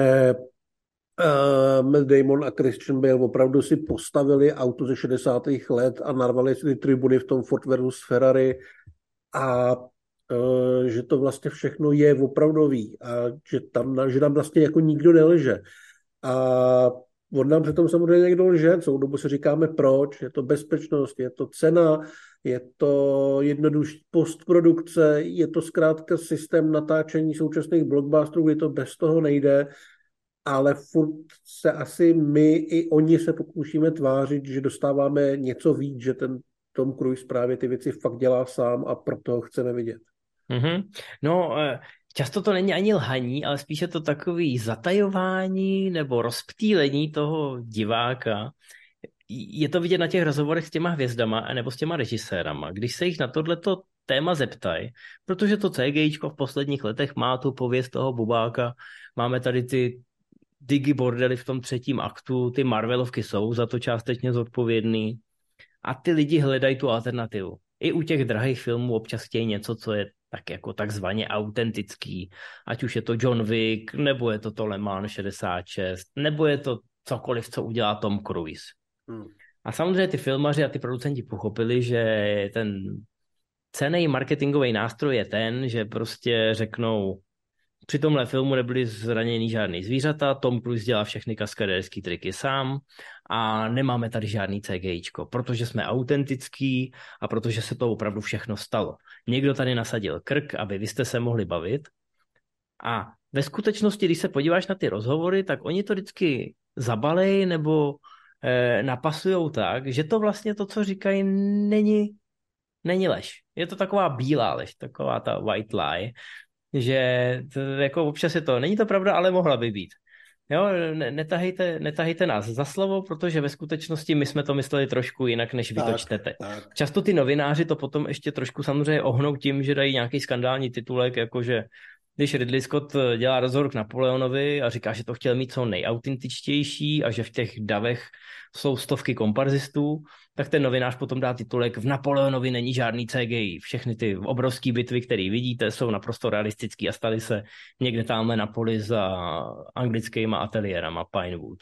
uh, Matt Damon a Christian Bale opravdu si postavili auto ze šedesátých let a narvali si ty tribuny v tom Ford versus Ferrari a uh, že to vlastně všechno je opravdový a že tam, že tam vlastně jako nikdo nelže. A on nám přitom samozřejmě někdo lže, celou dobu si říkáme proč, je to bezpečnost, je to cena, je to jednodušší postprodukce, je to zkrátka systém natáčení současných blockbusterů, kdy to bez toho nejde. ale furt se asi my i oni se pokoušíme tvářit, že dostáváme něco víc, že ten Tom Cruise právě ty věci fakt dělá sám a proto ho chceme vidět. Mm-hmm. No, často to není ani lhaní, ale spíše to takový zatajování nebo rozptýlení toho diváka. Je to vidět na těch rozhovorech s těma hvězdama nebo s těma režisérama. Když se jich na tohleto téma zeptají, protože to CGIčko v posledních letech má tu pověst toho bubáka, máme tady ty digibordely v tom třetím aktu, ty Marvelovky jsou za to částečně zodpovědný a ty lidi hledají tu alternativu. I u těch drahých filmů občas chtějí něco, co je tak jako takzvaně autentický, ať už je to John Wick, nebo je to to Le Mans šedesát šest, nebo je to cokoliv, co udělá Tom Cruise. Hmm. A samozřejmě ty filmaři a ty producenti pochopili, že ten cenný marketingový nástroj je ten, že prostě řeknou, při tomhle filmu nebyly zraněný žádný zvířata, Tom Cruise dělá všechny kaskadérský triky sám a nemáme tady žádný CGIčko, protože jsme autentický a protože se to opravdu všechno stalo. Někdo tady nasadil krk, aby vy jste se mohli bavit a ve skutečnosti, když se podíváš na ty rozhovory, tak oni to vždycky zabalej nebo eh, napasujou tak, že to vlastně to, co říkají, není, není lež. Je to taková bílá lež, taková ta white lie, že to, jako občas je to, není to pravda, ale mohla by být. Jo, netahejte, netahejte nás za slovo, protože ve skutečnosti my jsme to mysleli trošku jinak, než vy tak, to čtete. Tak. Často ty novináři to potom ještě trošku samozřejmě ohnou tím, že dají nějaký skandální titulek, jakože když Ridley Scott dělá rozhovor k Napoleonovi a říká, že to chtěl mít co nejautentičtější a že v těch davech jsou stovky komparzistů, tak ten novinář potom dá titulek v Napoleonovi není žádný C G I. Všechny ty obrovské bitvy, které vidíte, jsou naprosto realistické a staly se někde tamhle na poli za anglickýma ateliérama Pinewood.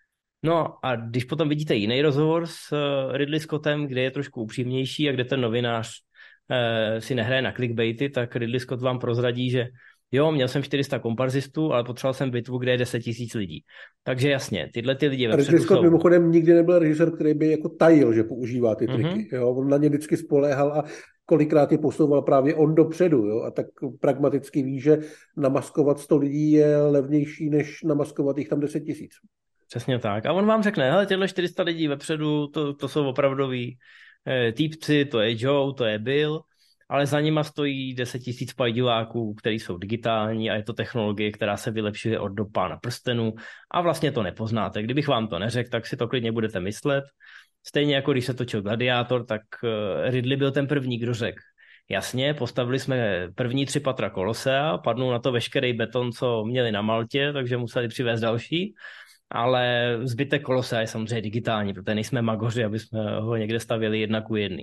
No a když potom vidíte jiný rozhovor s Ridley Scottem, kde je trošku upřímnější a kde ten novinář eh, si nehraje na clickbaity, tak Ridley Scott vám prozradí, že jo, měl jsem čtyři sta komparzistů, ale potřeboval jsem bitvu, kde je deset tisíc lidí. Takže jasně, tyhle ty lidi vepředu Ridley Scott jsou... mimochodem nikdy nebyl režisér, který by jako tajil, že používá ty triky. Mm-hmm. Jo? On na ně vždycky spoléhal a kolikrát je posouval právě on dopředu. Jo? A tak pragmaticky ví, že namaskovat sto lidí je levnější, než namaskovat jich tam deset tisíc. Přesně tak. A on vám řekne, hele, těhle čtyři sta lidí vepředu, to, to jsou opravdoví eh, týpci, to je Joe, to je Bill, ale za nima stojí deset tisíc pajdiláků, který jsou digitální a je to technologie, která se vylepšuje od do Pána prstenů a vlastně to nepoznáte. Kdybych vám to neřekl, tak si to klidně budete myslet. Stejně jako když se točil Gladiátor, tak Ridley byl ten první, kdo řekl. Jasně, postavili jsme první tři patra Kolosea, padnul na to veškerý beton, co měli na Maltě, takže museli přivést další, ale zbytek Kolosea je samozřejmě digitální, protože nejsme magoři, aby jsme ho někde stavěli jedna ku jedný.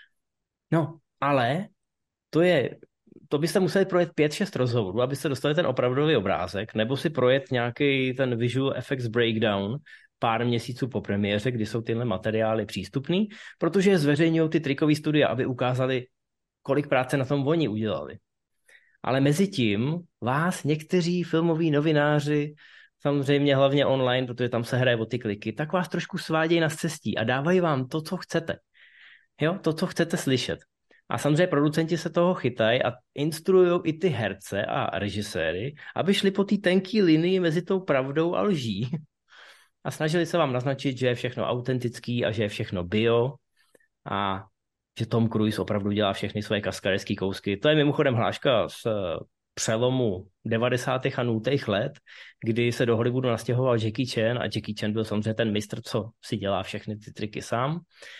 No, ale to je, to byste museli projet pět šest rozhovorů, abyste dostali ten opravdový obrázek, nebo si projet nějaký ten visual effects breakdown pár měsíců po premiéře, kdy jsou tyhle materiály přístupný, protože zveřejňují ty trikové studie, aby ukázali, kolik práce na tom oni udělali. Ale mezi tím vás někteří filmoví novináři, samozřejmě hlavně online, protože tam se hraje o ty kliky, tak vás trošku svádějí na cestí a dávají vám to, co chcete. Jo, to, co chcete slyšet. A samozřejmě producenti se toho chytají a instruují i ty herce a režiséry, aby šli po té tenké linii mezi tou pravdou a lží. A snažili se vám naznačit, že je všechno autentický a že je všechno bio a že Tom Cruise opravdu dělá všechny své kaskaderské kousky. To je mimochodem hláška z přelomu devadesátých a nultých let, kdy se do Hollywoodu nastěhoval Jackie Chan a Jackie Chan byl samozřejmě ten mistr, co si dělá všechny ty triky sám,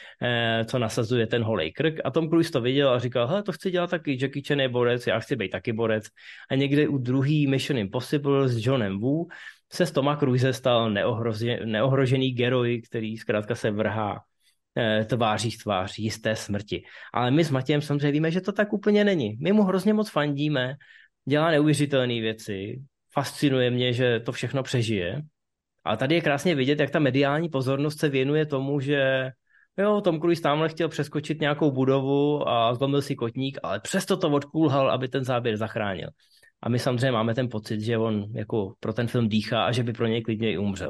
co nasazuje ten holej krk a Tom Cruise to viděl a říkal, hele, to chci dělat taky, Jackie Chan je borec, já chci být taky borec a někde u druhý Mission Impossible s Johnem Woo se z Toma Cruise stal neohrožený geroj, který zkrátka se vrhá tváří v tvář jisté smrti. Ale my s Matějem samozřejmě víme, že to tak úplně není. My mu hrozně moc fandíme, dělá neuvěřitelné věci, fascinuje mě, že to všechno přežije. Ale tady je krásně vidět, jak ta mediální pozornost se věnuje tomu, že jo, Tom Cruise tamhle chtěl přeskočit nějakou budovu a zlomil si kotník, ale přesto to odkulhal, aby ten záběr zachránil. A my samozřejmě máme ten pocit, že on jako pro ten film dýchá a že by pro něj klidně i umřel.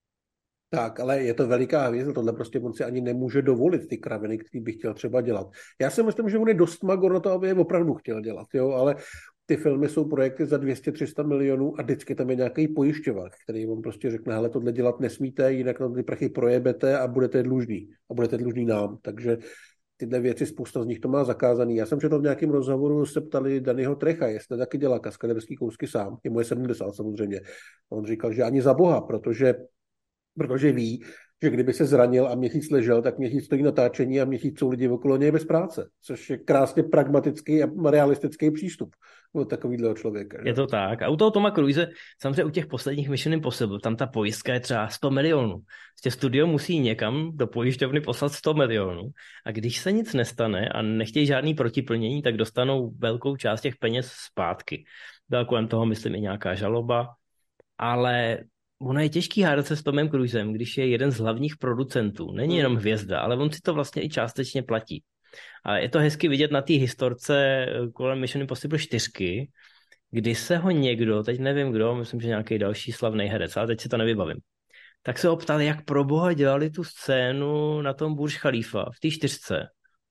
Tak, ale je to veliká hvězda, tohle prostě on si ani nemůže dovolit ty kraviny, který by chtěl třeba dělat. Já si myslím, že on je dost magor na to, aby je opravdu chtěl dělat, jo, ale ty filmy jsou projekty za dvě stě tři sta milionů a vždycky tam je nějaký pojišťovák, který vám prostě řekne, hele, tohle dělat nesmíte, jinak tam ty prachy projebete a budete dlužný. A budete dlužný nám. Takže tyhle věci, spousta z nich to má zakázaný. Já jsem četl v nějakém rozhovoru, se ptali Dannyho Trecha, jestli taky dělá kaskaderský kousky sám. Je moje sedmdesát samozřejmě. A on říkal, že ani za boha, protože, protože ví, že kdyby se zranil a měsíc ležel, tak měsíc stojí natáčení a měsíc jsou lidi okolo něj bez práce. Což je krásně pragmatický a realistický přístup od takovýhleho člověka. Že? Je to tak. A u toho Toma Cruise, samozřejmě u těch posledních Mission Impossible, tam ta pojistka je třeba sto milionů. Prostě studio musí někam do pojišťovny poslat sto milionů a když se nic nestane a nechtějí žádný protiplnění, tak dostanou velkou část těch peněz zpátky. Byla kolem toho, myslím, i nějaká žaloba, ale ono je těžký hádat se s Tomem Cruisem, když je jeden z hlavních producentů. Není jenom hvězda, ale on si to vlastně i částečně platí. A je to hezky vidět na té historce kolem Mission Impossible čtyři, kdy se ho někdo, teď nevím kdo, myslím, že nějaký další slavný herec, ale teď si to nevybavím, tak se ho ptali, jak pro boha dělali tu scénu na tom Burj Khalifa v té čtyřce.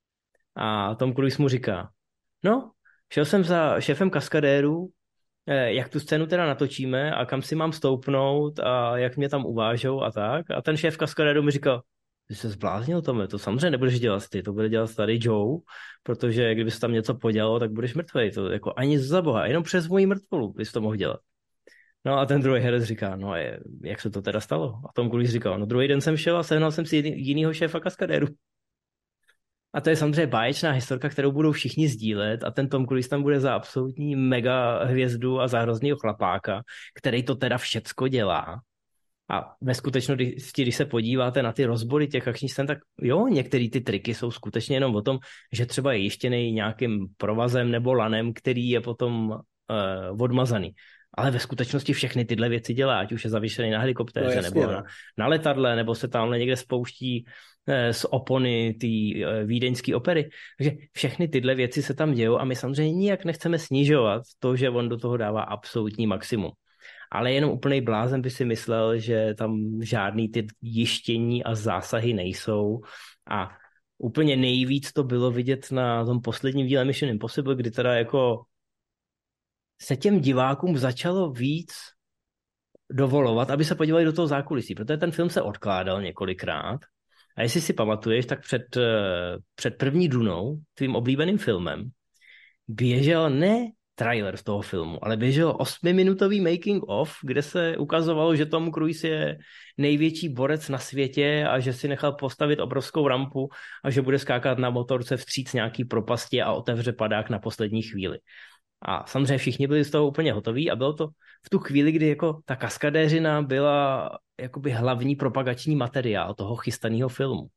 A Tom Cruise mu říká, no, šel jsem za šéfem kaskadérů, jak tu scénu teda natočíme a kam si mám stoupnout a jak mě tam uvážou a tak. A ten šéf kaskadéru mi říkal, ty se zbláznil, Tome, to samozřejmě nebudeš dělat ty, to bude dělat tady Joe, protože kdyby se tam něco podělalo, tak budeš mrtvej, to jako ani za boha, jenom přes moji mrtvolu bys to mohl dělat. No a ten druhý herec říká, no a je, jak se to teda stalo? A Tom Cruise říkal, no druhý den jsem šel a sehnal jsem si jiný, jinýho šéfa kaskadéru. A to je samozřejmě báječná historka, kterou budou všichni sdílet a ten Tom Cruise tam bude za absolutní mega hvězdu a za hroznýho chlapáka, který to teda všecko dělá. A ve skutečnosti, když se podíváte na ty rozbory těch akčních scén, tak jo, některé ty triky jsou skutečně jenom o tom, že třeba je jištěný nějakým provazem nebo lanem, který je potom uh, odmazaný. Ale ve skutečnosti všechny tyhle věci dělá, ať už je zavěšený na helikoptéře, no, jasně, nebo na, na letadle, nebo se tamhle někde spouští eh, z opony té eh, vídeňské opery. Takže všechny tyhle věci se tam dějou a my samozřejmě nijak nechceme snižovat to, že on do toho dává absolutní maximum. Ale jenom úplnej blázen by si myslel, že tam žádný ty jištění a zásahy nejsou. A úplně nejvíc to bylo vidět na tom posledním díle Mission Impossible, kdy teda jako se těm divákům začalo víc dovolovat, aby se podívali do toho zákulisí, protože ten film se odkládal několikrát. A jestli si pamatuješ, tak před, před první Dunou, tvým oblíbeným filmem, běžel ne trailer z toho filmu, ale běžel osmiminutový making of, kde se ukazovalo, že Tom Cruise je největší borec na světě a že si nechal postavit obrovskou rampu a že bude skákat na motorce vstříc nějaký propasti a otevře padák na poslední chvíli. A samozřejmě všichni byli z toho úplně hotoví a bylo to v tu chvíli, kdy jako ta kaskadéřina byla jakoby hlavní propagační materiál toho chystaného filmu.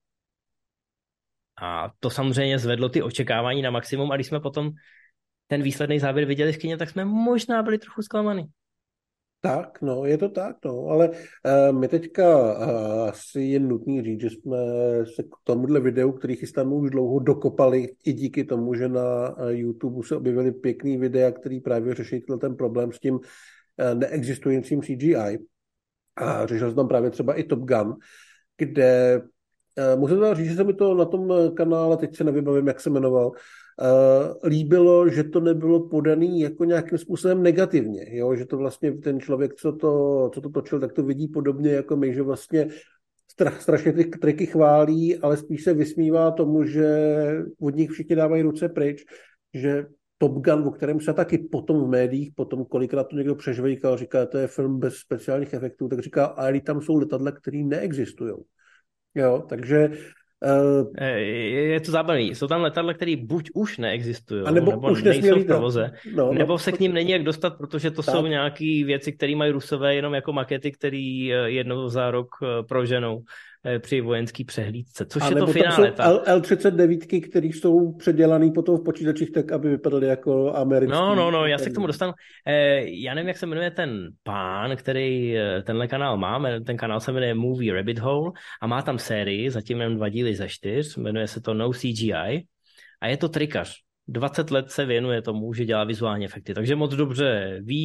A to samozřejmě zvedlo ty očekávání na maximum a když jsme potom ten výsledný závěr viděli v kině, tak jsme možná byli trochu zklamaný. Tak, no, je to tak, no, ale uh, my teďka uh, asi je nutný říct, že jsme se k tomuhle videu, který chystáme už dlouho, dokopali i díky tomu, že na uh, YouTube se objevily pěkný videa, který právě řeší ten problém s tím uh, neexistujícím C G I. A řešil jsem tam právě třeba i Top Gun, kde uh, musím teda říct, že se mi to na tom kanále, teď se nevybavím, jak se jmenoval, Uh, líbilo, že to nebylo podaný jako nějakým způsobem negativně, jo? Že to vlastně ten člověk, co to, co to točil, tak to vidí podobně jako my, že vlastně strach, strašně ty triky chválí, ale spíš se vysmívá tomu, že od nich všichni dávají ruce pryč, že Top Gun, o kterém se taky potom v médiích, potom kolikrát to někdo přežvejkal, říká, to je film bez speciálních efektů, tak říká, ale tam jsou letadla, které neexistují. Jo, takže Uh, je to zábavný. Jsou tam letadla, které buď už neexistují, nebo, nebo už nejsou v provoze, no, nebo no, se k ním není jak dostat, protože to tak. Jsou nějaké věci, které mají Rusové jenom jako makety, které jednou za rok proženou při vojenský přehlídce, což a je to finále. Tam jsou L třicet devět, které jsou předělané potom v počítačích tak, aby vypadaly jako americký. No, no, no, já se k tomu dostanu. Já nevím, jak se jmenuje ten pán, který tenhle kanál má, ten kanál se jmenuje Movie Rabbit Hole a má tam sérii, zatím jen dva díly ze čtyř, jmenuje se to No C G I a je to trikař. dvacet let se věnuje tomu, že dělá vizuální efekty, takže moc dobře ví,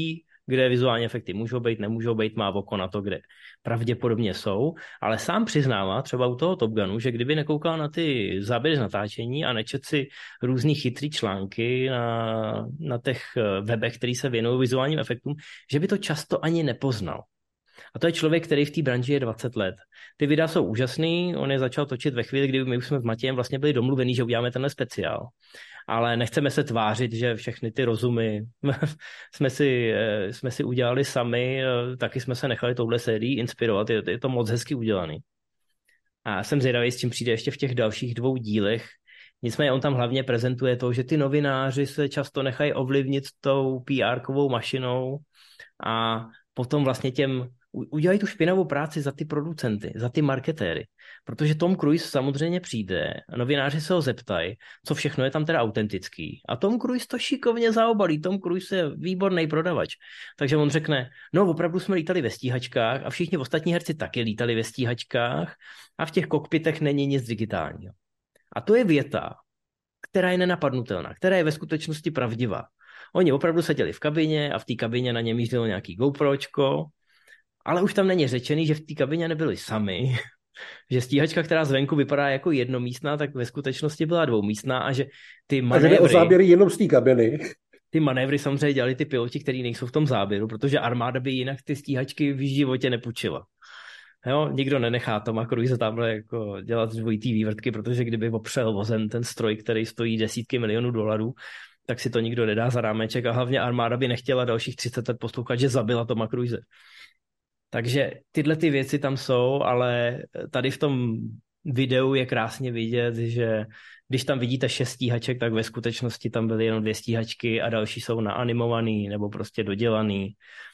kde vizuální efekty můžou být, nemůžou být, má oko na to, kde pravděpodobně jsou, ale sám přiznává třeba u toho Top Gunu, že kdyby nekoukal na ty záběry z natáčení a nečet si různý chytrý články na, na těch webech, který se věnují vizuálním efektům, že by to často ani nepoznal. A to je člověk, který v té branži je dvacet let. Ty videa jsou úžasný, on je začal točit ve chvíli, kdy my už jsme s Matějem vlastně byli domluvení, že uděláme tenhle speciál. Ale nechceme se tvářit, že všechny ty rozumy jsme si, jsme si udělali sami, taky jsme se nechali touhle sérií inspirovat, je, je to moc hezky udělaný. A jsem zvědavý, s čím přijde ještě v těch dalších dvou dílech. Nicméně on tam hlavně prezentuje to, že ty novináři se často nechají ovlivnit tou P R-kovou mašinou a potom vlastně těm udělají tu špinavou práci za ty producenty, za ty marketéry. Protože Tom Cruise samozřejmě přijde a novináři se ho zeptají, co všechno je tam teda autentický. A Tom Cruise to šikovně zaobalí. Tom Cruise je výborný prodavač. Takže on řekne, no opravdu jsme lítali ve stíhačkách a všichni ostatní herci taky lítali ve stíhačkách a v těch kokpitech není nic digitálního. A to je věta, která je nenapadnutelná, která je ve skutečnosti pravdivá. Oni opravdu seděli v kabině a v té kabině na ně mířilo nějaký GoPročko, ale už tam není řečený, že v té kabině nebyli sami, že stíhačka, která zvenku vypadá jako jednomístná, tak ve skutečnosti byla dvoumístná a že ty manévry... A že jde o záběry jenom z té kabiny. Ty manévry samozřejmě dělali ty piloti, kteří nejsou v tom záběru, protože armáda by jinak ty stíhačky v životě nepůjčila. Jo, nikdo nenechá Toma Cruise tamhle jako dělat dvojitý vývrtky, protože kdyby opřel vozem ten stroj, který stojí desítky milionů dolarů, tak si to nikdo nedá za rámeček a hlavně armáda by nechtěla dalších třicet let poslouchat, že zabila Toma Cruise. Takže tyhle ty věci tam jsou, ale tady v tom videu je krásně vidět, že když tam vidíte šest stíhaček, tak ve skutečnosti tam byly jenom dvě stíhačky a další jsou naanimovaný nebo prostě dodělaný.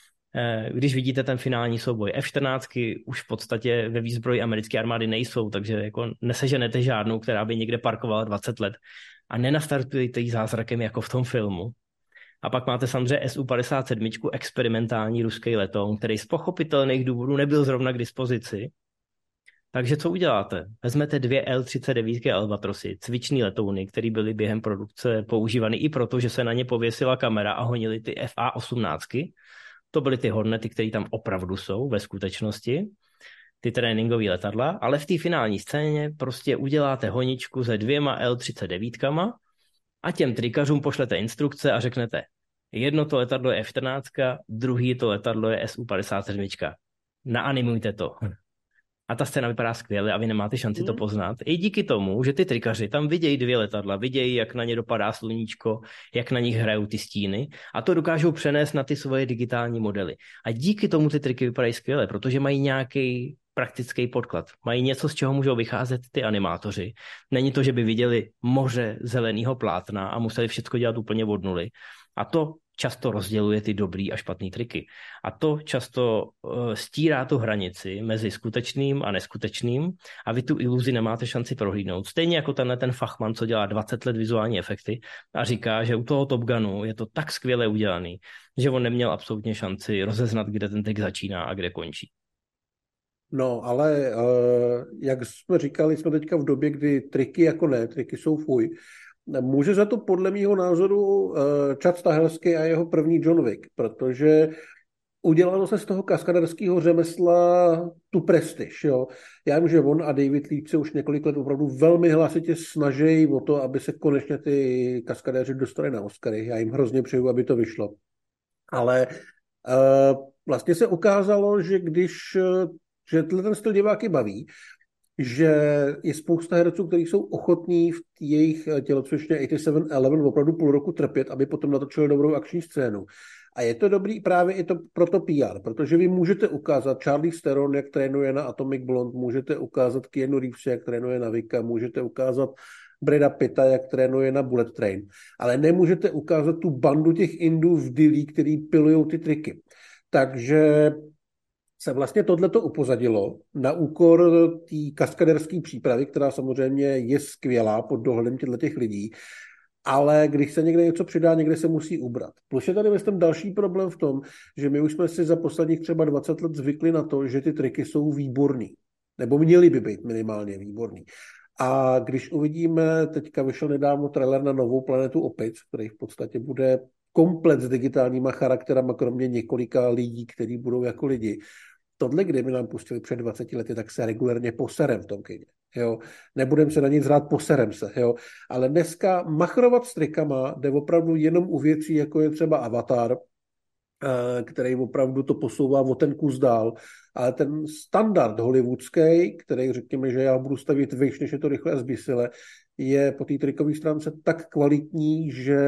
Když vidíte ten finální souboj F čtrnáct, už v podstatě ve výzbroji americké armády nejsou, takže jako neseženete žádnou, která by někde parkovala dvacet let a nenastartujete ji zázrakem jako v tom filmu. A pak máte samozřejmě S U padesát sedm, experimentální ruský letoun, který z pochopitelných důvodů nebyl zrovna k dispozici. Takže co uděláte? Vezmete dvě L třicet devět Albatrosy, cvičný letouny, které byly během produkce používány i proto, že se na ně pověsila kamera a honily ty F A osmnáct. To byly ty Hornety, které tam opravdu jsou ve skutečnosti, ty tréninkové letadla, ale v té finální scéně prostě uděláte honičku se dvěma L třicet devět a těm trikařům pošlete instrukce a řeknete, jedno to letadlo je F čtrnáct, druhý to letadlo je S U padesát sedm. Naanimujte to. A ta scéna vypadá skvěle a vy nemáte šanci to poznat. I díky tomu, že ty trikaři tam vidějí dvě letadla, vidějí, jak na ně dopadá sluníčko, jak na nich hrajou ty stíny a to dokážou přenést na ty svoje digitální modely. A díky tomu ty triky vypadají skvěle, protože mají nějaký praktický podklad. Mají něco, z čeho můžou vycházet ty animátoři. Není to, že by viděli moře zeleného plátna a museli všechno dělat úplně od nuly. A to často rozděluje ty dobrý a špatný triky. A to často uh, stírá tu hranici mezi skutečným a neskutečným a vy tu iluzi nemáte šanci prohlídnout. Stejně jako tenhle ten fachman, co dělá dvacet let vizuální efekty a říká, že u toho Top Gunu je to tak skvěle udělaný, že on neměl absolutně šanci rozeznat, kde ten trik začíná a kde končí. No, ale uh, jak jsme říkali, jsme teďka v době, kdy triky jako ne, triky jsou fuj. Může za to podle mýho názoru uh, Chad Stahelski a jeho první John Wick, protože udělalo se z toho kaskaderského řemesla tu prestiž. Jo. Já vím, že on a David Leitch se už několik let opravdu velmi hlasitě snaží o to, aby se konečně ty kaskadéři dostali na Oscary. Já jim hrozně přeju, aby to vyšlo. Ale uh, vlastně se ukázalo, že když že ten styl diváky baví, že je spousta herců, kteří jsou ochotní v jejich tělocvičně osmdesát sedm jedenáct opravdu půl roku trpět, aby potom natočili dobrou akční scénu. A je to dobrý právě i to pro to P R, protože vy můžete ukázat Charlize Theron, jak trénuje na Atomic Blonde, můžete ukázat Keanu Reeves, jak trénuje na Vicka, můžete ukázat Brada Pitta, jak trénuje na Bullet Train, ale nemůžete ukázat tu bandu těch Indů v Dillí, který pilujou ty triky. Takže se vlastně tohleto upozadilo na úkor té kaskaderské přípravy, která samozřejmě je skvělá pod dohledem těchto lidí, ale když se někde něco přidá, někde se musí ubrat. Plus je tady myslím další problém v tom, že my už jsme si za posledních třeba dvacet let zvykli na to, že ty triky jsou výborný, nebo měly by být minimálně výborný. A když uvidíme, teďka vyšel nedávno trailer na novou planetu opic, který v podstatě bude komplet s digitálníma charakterama, kromě několika lidí, kteří budou jako lidi. Tohle, kdyby nám pustili před dvaceti lety, tak se regulérně poserem v tom kyně. Jo? Nebudem se na nic hrát, poserem se. Jo? Ale dneska machrovat s trikama jde opravdu jenom u věcí, jako je třeba Avatar, který opravdu to posouvá o ten kus dál. Ale ten standard hollywoodský, který řekněme, že já budu stavit výš, než je to rychle a zbysile, je po té trikové stránce tak kvalitní, že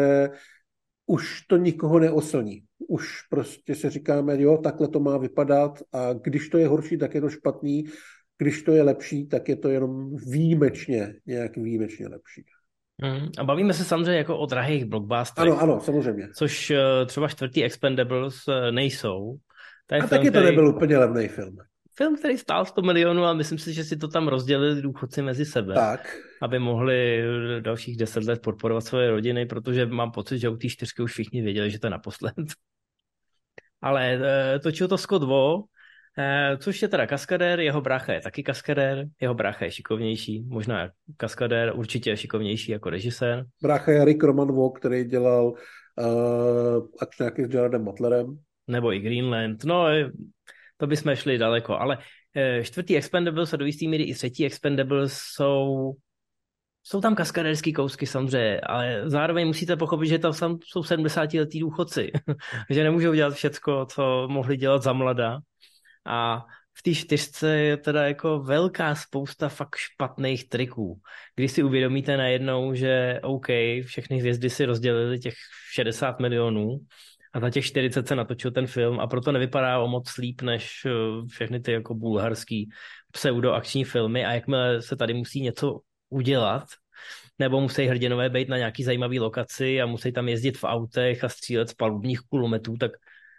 už to nikoho neoslní. Už prostě se říkáme, jo, takhle to má vypadat a když to je horší, tak je to špatný. Když to je lepší, tak je to jenom výjimečně, nějak výjimečně lepší. Hmm. A bavíme se samozřejmě jako o drahých blockbusterech. Ano, ano, samozřejmě. Což uh, třeba čtvrtý Expendables uh, nejsou. To je a film, taky to který... nebyl úplně levný film. Film, který stál sto milionů a myslím si, že si to tam rozdělili důchodci mezi sebe. Tak. Aby mohli dalších deset let podporovat svoje rodiny, protože mám pocit, že u té čtyřky už všichni věděli, že to je naposled. Ale uh, točil to Scott Waugh, Uh, což je teda kaskadér, jeho brácha je taky kaskadér, jeho brácha je šikovnější, možná kaskadér, určitě je šikovnější jako režisér. Brácha je Rick Roman Waugh, který dělal uh, akčňáky s Jaredem Butlerem. Nebo i Greenland, no to bychom šli daleko, ale uh, čtvrtý Expendables a do jistý míry i třetí Expendables jsou jsou tam kaskadérský kousky samozřejmě, ale zároveň musíte pochopit, že tam jsou sedmdesátiletí důchodci, že nemůžou dělat všecko, co mohli dělat za mlada. A v té čtyřce je teda jako velká spousta fakt špatných triků. Když si uvědomíte najednou, že OK, všechny hvězdy si rozdělili těch šedesát milionů a na těch čtyřicet se natočil ten film a proto nevypadá o moc líp než všechny ty jako bulharský pseudoakční filmy a jakmile se tady musí něco udělat, nebo musí hrdinové být na nějaký zajímavý lokaci a musí tam jezdit v autech a střílet z palubních kulometů, tak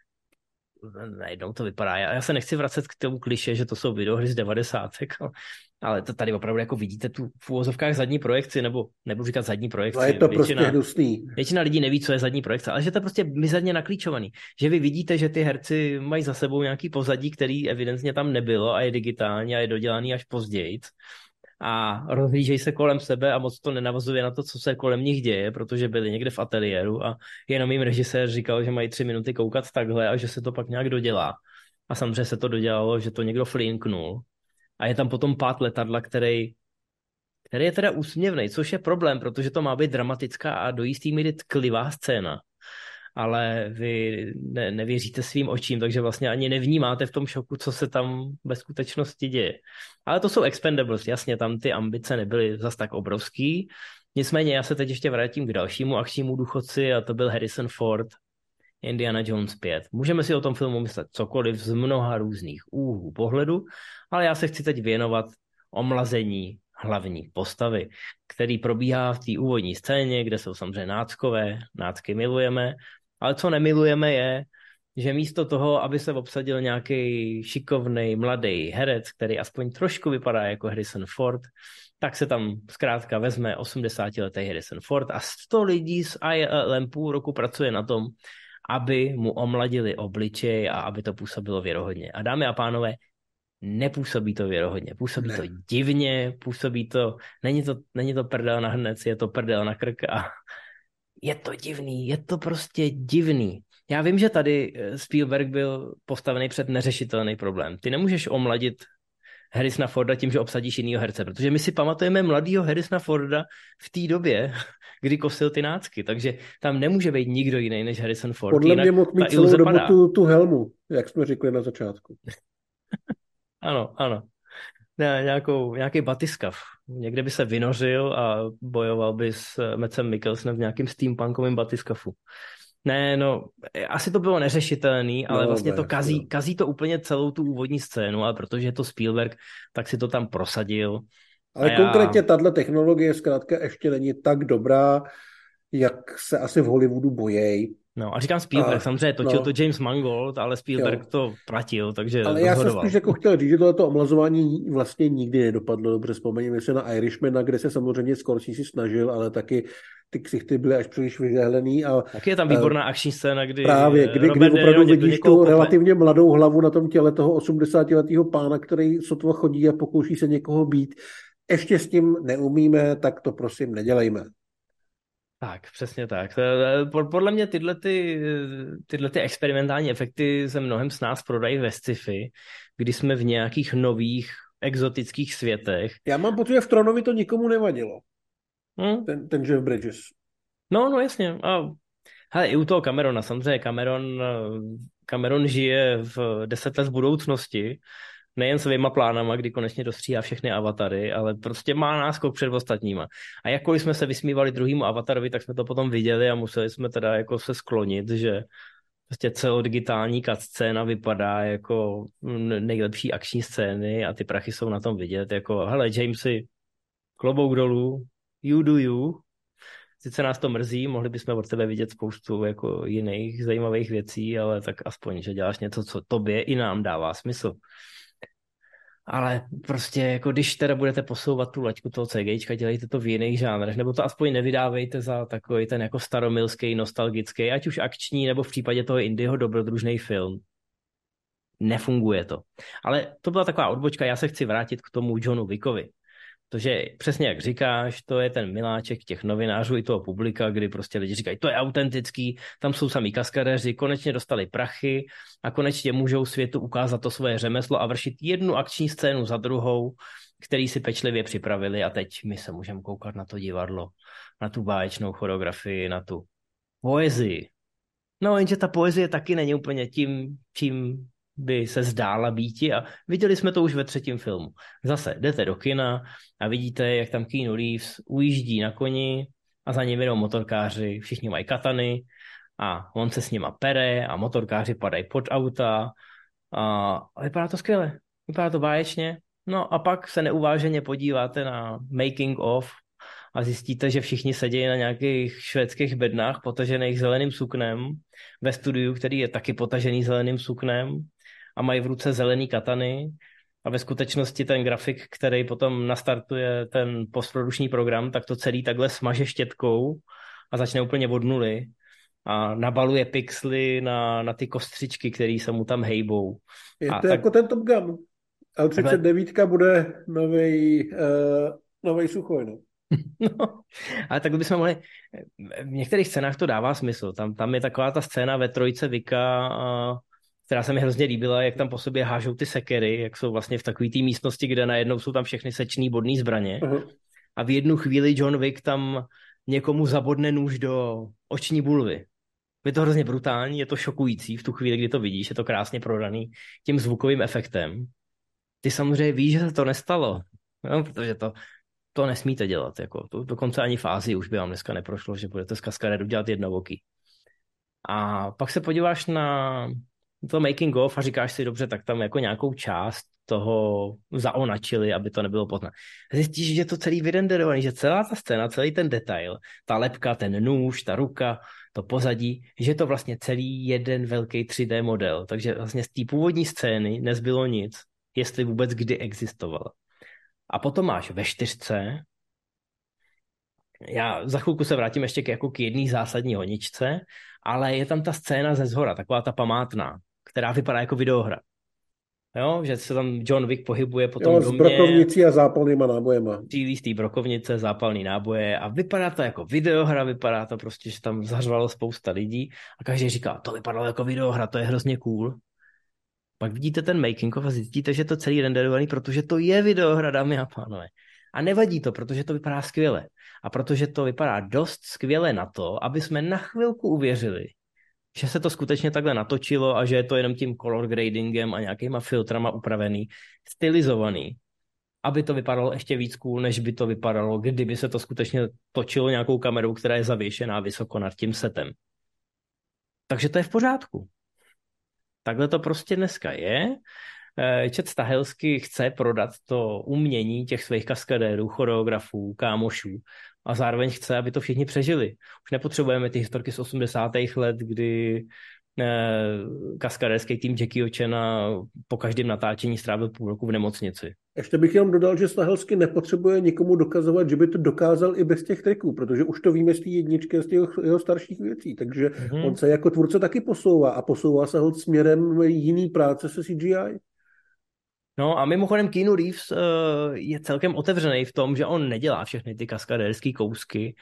najednou to vypadá. Já, já se nechci vracet k tomu kliše, že to jsou videohry z devadesátek, ale to tady opravdu jako vidíte tu v úvozovkách zadní projekci, nebo nebudu říkat zadní projekci. No je to většina, prostě hnusný. Většina lidí neví, co je zadní projekce, ale že to je prostě mizerně naklíčovaný. Že vy vidíte, že ty herci mají za sebou nějaký pozadí, který evidentně tam nebylo a je digitální a je dodělaný až později. A rozhlížejí se kolem sebe a moc to nenavazuje na to, co se kolem nich děje, protože byli někde v ateliéru a jenom jim režisér říkal, že mají tři minuty koukat takhle a že se to pak nějak dodělá. A samozřejmě se to dodělalo, že to někdo flinknul. A je tam potom pád letadla, který, který je teda úsměvný, což je problém, protože to má být dramatická a do jistý míry tklivá scéna. Ale vy ne, nevěříte svým očím, takže vlastně ani nevnímáte v tom šoku, co se tam ve skutečnosti děje. Ale to jsou Expendables, jasně, tam ty ambice nebyly zas tak obrovský. Nicméně já se teď ještě vrátím k dalšímu akčnímu důchodci a to byl Harrison Ford, Indiana Jones pět. Můžeme si o tom filmu myslet cokoliv z mnoha různých úhlů pohledu, ale já se chci teď věnovat omlazení hlavní postavy, který probíhá v té úvodní scéně, kde jsou samozřejmě náckové, nácky milujeme, ale co nemilujeme je, že místo toho, aby se obsadil nějaký šikovnej mladý herec, který aspoň trošku vypadá jako Harrison Ford, tak se tam zkrátka vezme osmdesátiletý Harrison Ford a sto lidí z I L M půl roku pracuje na tom, aby mu omladili obličej a aby to působilo věrohodně. A dámy a pánové, nepůsobí to věrohodně, působí ne. to divně, působí to, není to, není to prdel na hrnec, je to prdel na krk a je to divný, je to prostě divný. Já vím, že tady Spielberg byl postavený před neřešitelný problém. Ty nemůžeš omladit Harrisona Forda tím, že obsadíš jinýho herce, protože my si pamatujeme mladýho Harrisona Forda v té době, kdy kosil ty nácky, takže tam nemůže být nikdo jiný než Harrison Ford. Podle mě mohl mít celou dobu tu, tu helmu, jak jsme řekli na začátku. Ano, ano. Ne, nějakou, nějaký batiskav. Někde by se vynořil a bojoval by s Madsem Mikkelsenem v nějakým steampunkovým batiskafu. Ne, no, asi to bylo neřešitelný, ale no, vlastně to kazí, kazí to úplně celou tu úvodní scénu, ale protože je to Spielberg, tak si to tam prosadil. Ale já... konkrétně tahle technologie zkrátka ještě není tak dobrá, jak se asi v Hollywoodu bojejí. No a říkám Spielberg, a, samozřejmě točil no. to James Mangold, ale Spielberg jo. to platil, takže ale já jsem spíš jako chtěl říct, že tohleto omlazování vlastně nikdy nedopadlo dobře. Vzpomeňme se na Irishmana, kde se samozřejmě Scorsese snažil, ale taky ty ksichty byly až příliš vyžehlený. A taky je tam výborná akční scéna, kdy právě, kdy, kdy opravdu vidíš tu pople... relativně mladou hlavu na tom těle toho osmdesátiletého pána, který sotva chodí a pokouší se někoho být. Ještě s tím neumíme, tak to prosím nedělejme. Tak, přesně tak. Podle mě tyhle, ty, tyhle ty experimentální efekty se mnohem s nás prodají ve sci-fi, kdy jsme v nějakých nových exotických světech. Já mám pocit, že v Tronovi to nikomu nevadilo. Hmm? Ten, ten Jeff Bridges. No, no jasně. A hele, i u toho Camerona, samozřejmě Cameron, Cameron žije v deset let v budoucnosti, nejen svýma plánama, kdy konečně dostříhá všechny avatary, ale prostě má náskok před ostatníma. A jakkoliv jsme se vysmívali druhýmu avatarovi, tak jsme to potom viděli a museli jsme teda jako se sklonit, že prostě celodigitální cutscéna vypadá jako nejlepší akční scény a ty prachy jsou na tom vidět, jako hele Jamesy, klobouk dolů, you do you. Sice nás to mrzí, mohli bychom od tebe vidět spoustu jako jiných zajímavých věcí, ale tak aspoň, že děláš něco, co tobě i nám dává smysl. Ale prostě jako když teda budete posouvat tu laťku toho CGIčka, dělejte to v jiných žánrech, nebo to aspoň nevydávejte za takový ten jako staromilský, nostalgický, ať už akční, nebo v případě toho indieho dobrodružný film. Nefunguje to. Ale to byla taková odbočka, já se chci vrátit k tomu Johnu Wickovi. Protože přesně jak říkáš, to je ten miláček těch novinářů i toho publika, kdy prostě lidi říkají, to je autentický, tam jsou samý kaskadéři, konečně dostali prachy a konečně můžou světu ukázat to svoje řemeslo a vršit jednu akční scénu za druhou, který si pečlivě připravili a teď my se můžeme koukat na to divadlo, na tu báječnou choreografii, na tu poezii. No jenže ta poezie taky není úplně tím, čím by se zdála býti a viděli jsme to už ve třetím filmu. Zase jdete do kina a vidíte, jak tam Keanu Reeves ujíždí na koni a za ním jdou motorkáři, všichni mají katany a on se s nima pere a motorkáři padají pod auta a vypadá to skvěle, vypadá to báječně. No a pak se neuváženě podíváte na making of a zjistíte, že všichni sedějí na nějakých švédských bednách potažených zeleným suknem ve studiu, který je taky potažený zeleným suknem a mají v ruce zelený katany a ve skutečnosti ten grafik, který potom nastartuje ten postprodukční program, tak to celý takhle smaže štětkou a začne úplně od nuly a nabaluje pixely na, na ty kostřičky, které se mu tam hejbou. Je to a jako tak... ten Top Gun. L třicet devět bude novej, uh, novej Suchoj, no. No, ale takhle bychom mohli, v některých scénách to dává smysl, tam, tam je taková ta scéna ve trojce Vicka, která se mi hrozně líbila, jak tam po sobě hážou ty sekery, jak jsou vlastně v takové té místnosti, kde najednou jsou tam všechny sečný bodný zbraně uh-huh. a v jednu chvíli John Wick tam někomu zabodne nůž do oční bulvy. Je to hrozně brutální, je to šokující v tu chvíli, kdy to vidíš, je to krásně prodaný tím zvukovým efektem. Ty samozřejmě víš, že se to nestalo, no, protože to To nesmíte dělat, jako to, dokonce ani v Ázii už by vám dneska neprošlo, že budete z kaskadéru dělat jednoboký. A pak se podíváš na to making of a říkáš si, dobře, tak tam jako nějakou část toho zaonačili, aby to nebylo poznat. Zjistíš, že to celý vyrenderovaný, že celá ta scéna, celý ten detail, ta lebka, ten nůž, ta ruka, to pozadí, že to vlastně celý jeden velký tři dé model. Takže vlastně z té původní scény nezbylo nic, jestli vůbec kdy existovala. A potom máš ve čtyřce, já za chvilku se vrátím ještě k, jako k jedné zásadní honičce, ale je tam ta scéna ze zhora, taková ta památná, která vypadá jako videohra. Jo, že se tam John Wick pohybuje po tom jo, domě. S brokovnicí a zápalnýma nábojema. Střílí z té brokovnice, zápalný náboje a vypadá to jako videohra, vypadá to prostě, že tam zařvalo spousta lidí a každý říká, to vypadalo jako videohra, to je hrozně cool. Pak vidíte ten making of a zjistíte, že to celý renderovaný, protože to je videohra, dámy a pánové. A nevadí to, protože to vypadá skvěle. A protože to vypadá dost skvěle na to, aby jsme na chvilku uvěřili, že se to skutečně takhle natočilo a že je to jenom tím color gradingem a nějakýma filtrama upravený, stylizovaný, aby to vypadalo ještě víc cool, než by to vypadalo, kdyby se to skutečně točilo nějakou kamerou, která je zavěšená vysoko nad tím setem. Takže to je v pořádku. Takhle to prostě dneska je. Čet Stahelsky chce prodat to umění těch svých kaskadérů, choreografů, kámošů a zároveň chce, aby to všichni přežili. Už nepotřebujeme ty historky z osmdesátých let, kdy kaskadérský tým Jackie Chana po každém natáčení strávil půl roku v nemocnici. Ještě bych jenom dodal, že Stahelsky nepotřebuje nikomu dokazovat, že by to dokázal i bez těch triků, protože už to víme z té jedničky a z těch jeho starších věcí, takže mm-hmm. on se jako tvůrce taky posouvá a posouvá se hod směrem jiný práce se C G I. No a mimochodem Keanu Reeves uh, je celkem otevřený v tom, že on nedělá všechny ty kaskadérský kousky,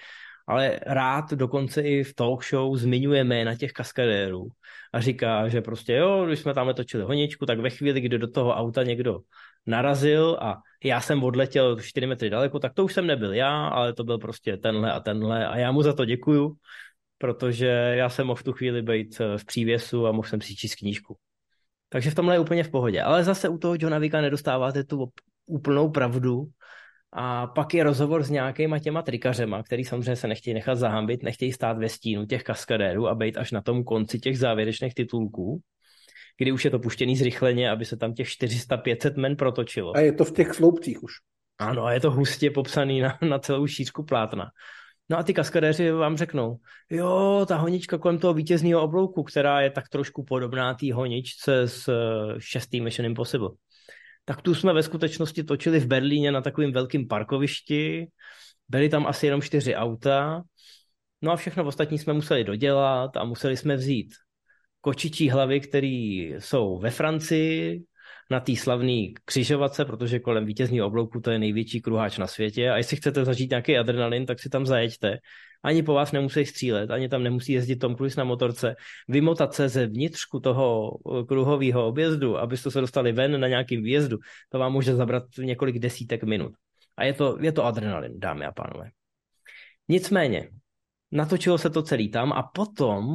ale rád dokonce i v talk show zmiňuje jména těch kaskadérů a říká, že prostě jo, když jsme tam točili honičku, tak ve chvíli, kdy do toho auta někdo narazil a já jsem odletěl čtyři metry daleko, tak to už jsem nebyl já, ale to byl prostě tenhle a tenhle a já mu za to děkuju, protože já jsem mohl v tu chvíli být v přívěsu a mohl jsem si číst knížku. Takže v tomhle je úplně v pohodě. Ale zase u toho Johna Wicka nedostáváte tu úplnou pravdu a pak je rozhovor s nějakýma těma trikařema, který samozřejmě se nechtějí nechat zahambit, nechtějí stát ve stínu těch kaskadérů a být až na tom konci těch závěrečných titulků, kdy už je to puštěný zrychleně, aby se tam těch čtyři sta pět set men protočilo. A je to v těch sloupcích už. Ano, a je to hustě popsaný na, na celou šířku plátna. No a ty kaskadéři vám řeknou, jo, ta honička kolem toho vítězného oblouku, která je tak trošku podobná té honičce z šestý Mission Impossible. Tak tu jsme ve skutečnosti točili v Berlíně na takovém velkém parkovišti, byly tam asi jenom čtyři auta, no a všechno ostatní jsme museli dodělat a museli jsme vzít kočičí hlavy, které jsou ve Francii, na té slavné křižovatce, protože kolem vítězného oblouku to je největší kruháč na světě a jestli chcete zažít nějaký adrenalin, tak si tam zajeďte. Ani po vás nemusí střílet, ani tam nemusí jezdit Tom Cruise na motorce. Vymotat se ze vnitřku toho kruhového objezdu, abyste se dostali ven na nějakým výjezdu, to vám může zabrat několik desítek minut. A je to, je to adrenalin, dámy a pánové. Nicméně, natočilo se to celý tam a potom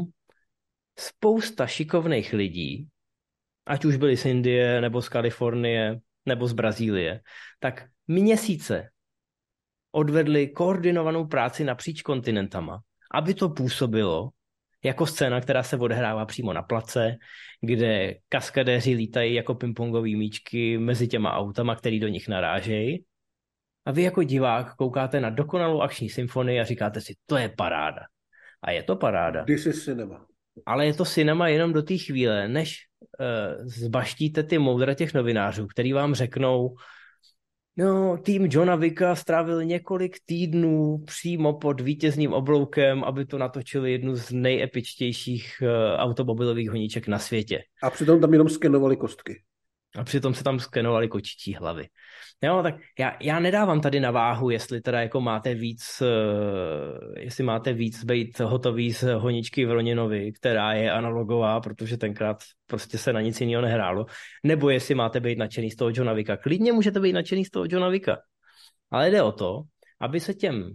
spousta šikovných lidí, ať už byli z Indie, nebo z Kalifornie, nebo z Brazílie, tak měsíce odvedli koordinovanou práci napříč kontinentama, aby to působilo jako scéna, která se odehrává přímo na place, kde kaskadéři lítají jako pingpongový míčky mezi těma autama, který do nich narážejí. A vy jako divák koukáte na dokonalou akční symfonii a říkáte si, to je paráda. A je to paráda. This is cinema. Ale je to cinema jenom do té chvíle, než uh, zbaštíte ty moudra těch novinářů, který vám řeknou, no, tým Johna Wicka strávil několik týdnů přímo pod vítězným obloukem, aby to natočili jednu z nejepičtějších uh, automobilových honiček na světě. A přitom tam jenom skenovali kostky. A přitom se tam skenovaly kočičí hlavy. Jo, tak já, já nedávám tady na váhu, jestli teda jako máte víc, uh, jestli máte víc být hotový z honičky v Roninovi, která je analogová, protože tenkrát prostě se na nic jiného nehrálo, nebo jestli máte být nadšený z toho Johna Wicka. Klidně můžete být nadšený z toho Johna Wicka. Ale jde o to, aby se těm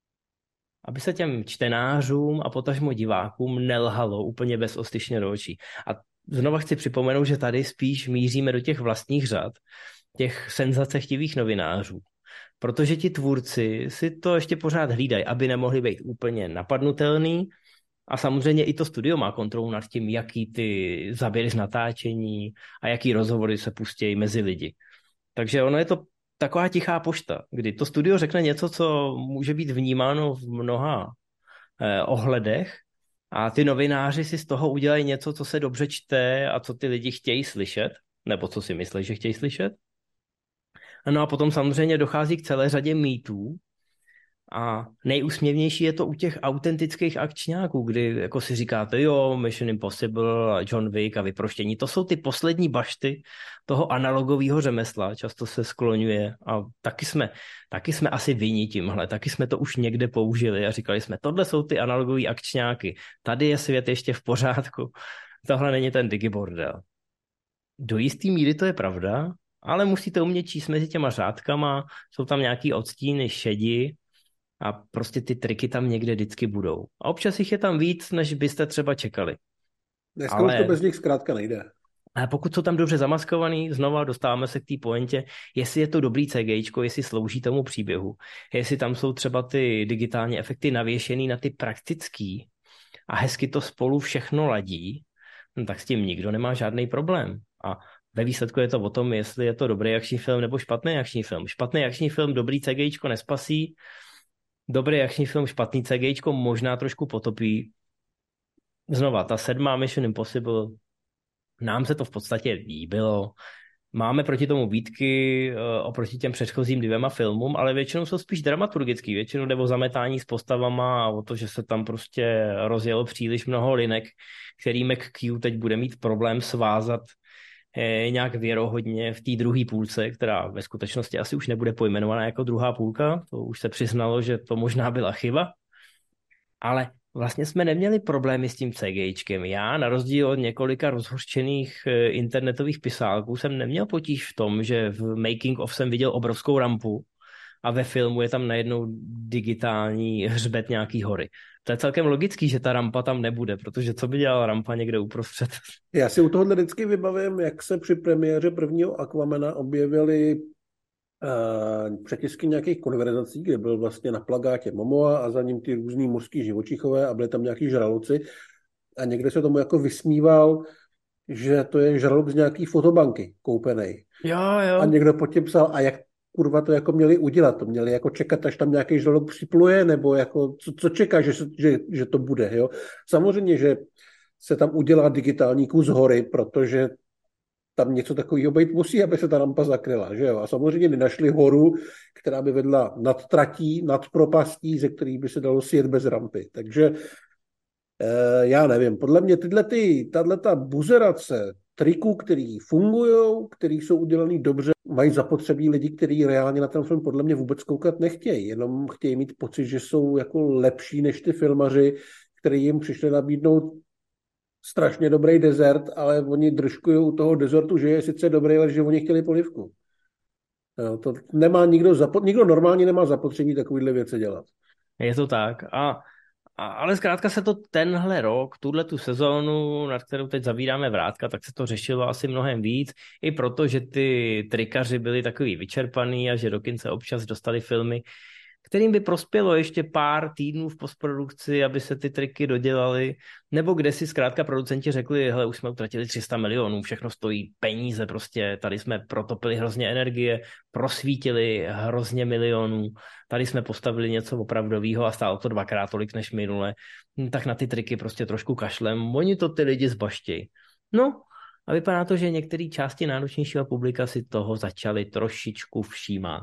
aby se těm čtenářům a potažmo divákům nelhalo úplně bezostyšně do očí. A znova chci připomenout, že tady spíš míříme do těch vlastních řad, těch senzacechtivých novinářů. Protože ti tvůrci si to ještě pořád hlídají, aby nemohli být úplně napadnutelný. A samozřejmě i to studio má kontrolu nad tím, jaký ty záběry z natáčení a jaký rozhovory se pustějí mezi lidi. Takže ono je to taková tichá pošta, kdy to studio řekne něco, co může být vnímáno v mnoha eh, ohledech, a ty novináři si z toho udělají něco, co se dobře čte a co ty lidi chtějí slyšet, nebo co si myslí, že chtějí slyšet. No a potom samozřejmě dochází k celé řadě mýtů a nejúsměvnější je to u těch autentických akčňáků, kdy jako si říkáte, jo, Mission Impossible, John Wick a vyproštění, to jsou ty poslední bašty toho analogového řemesla, často se skloňuje a taky jsme, taky jsme asi vinni tímhle, taky jsme to už někde použili a říkali jsme, tohle jsou ty analogový akčňáky, tady je svět ještě v pořádku, tohle není ten digibordel. Do jistý míry to je pravda, ale musíte umět číst mezi těma řádkama, jsou tam nějaký odstíny šedi, a prostě ty triky tam někde vždycky budou. A občas jich je tam víc, než byste třeba čekali. Dneska ale... už to bez nich zkrátka nejde. Ale pokud jsou tam dobře zamaskovaný, znova dostáváme se k té pointě, jestli je to dobrý CGIčko, jestli slouží tomu příběhu, jestli tam jsou třeba ty digitální efekty navěšený na ty praktický a hezky to spolu všechno ladí, no tak s tím nikdo nemá žádný problém. A ve výsledku je to o tom, jestli je to dobrý akční film nebo špatný akční film. Špatný akční film dobrý CGIčko nespasí, dobrý akční film, špatný CGIčko možná trošku potopí. Znova, ta sedmá Mission Impossible, nám se to v podstatě líbilo. Máme proti tomu výtky oproti těm předchozím dvěma filmům, ale většinou jsou spíš dramaturgický. Většinou jde o zametání s postavama a o to, že se tam prostě rozjelo příliš mnoho linek, který McQ teď bude mít problém svázat nějak věrohodně v té druhé půlce, která ve skutečnosti asi už nebude pojmenovaná jako druhá půlka. To už se přiznalo, že to možná byla chyba. Ale vlastně jsme neměli problémy s tím CGIčkem. Já, na rozdíl od několika rozhořčených eh, internetových pisálků, jsem neměl potíž v tom, že v making of jsem viděl obrovskou rampu a ve filmu je tam najednou digitální hřbet nějaký hory. To je celkem logický, že ta rampa tam nebude, protože co by dělala rampa někde uprostřed? Já si u tohohle vždycky vybavím, jak se při premiéře prvního Aquamana objevily uh, přetisky nějakých konverzací, kde byl vlastně na plagátě Momoa a za ním ty různý mořský živočichové a byly tam nějaký žraloci. A někde se tomu jako vysmíval, že to je žralok z nějaký fotobanky koupenej. Jo, jo. A někdo pod tím psal, a jak kurva to jako měli udělat? To měli jako čekat, až tam nějaký žralok připluje, nebo jako co, co čeká, že, že, že to bude, jo? Samozřejmě, že se tam udělá digitální kus hory, protože tam něco takového být musí, aby se ta rampa zakryla, že jo? A samozřejmě nenašli horu, která by vedla nad tratí, nad propastí, ze který by se dalo sjet bez rampy. Takže eh, já nevím, podle mě tyhle ty, tato buzerace triků, který fungují, který jsou udělaný dobře, mají zapotřebí lidi, kteří reálně na ten film podle mě vůbec koukat nechtějí, jenom chtějí mít pocit, že jsou jako lepší než ty filmaři, kteří jim přišli nabídnout strašně dobrý dezert, ale oni držkují u toho dezertu, že je sice dobrý, ale že oni chtěli polivku. No, to nemá nikdo, zapo- nikdo normálně nemá zapotřebí takovýhle věci dělat. Je to tak. A, a, ale zkrátka se to tenhle rok, tuhle tu sezónu, nad kterou teď zavíráme vrátka, tak se to řešilo asi mnohem víc, i proto, že ty trikaři byli takový vyčerpaný a že do kin se občas dostali filmy, kterým by prospělo ještě pár týdnů v postprodukci, aby se ty triky dodělaly, nebo kde si zkrátka producenti řekli, hele, už jsme utratili tři sta milionů, všechno stojí peníze, prostě tady jsme protopili hrozně energie, prosvítili hrozně milionů, tady jsme postavili něco opravdového a stálo to dvakrát tolik než minule, tak na ty triky prostě trošku kašlem, oni to ty lidi zbaštějí. No, a vypadá to, že některé části náročnějšího publika si toho začali trošičku všímat.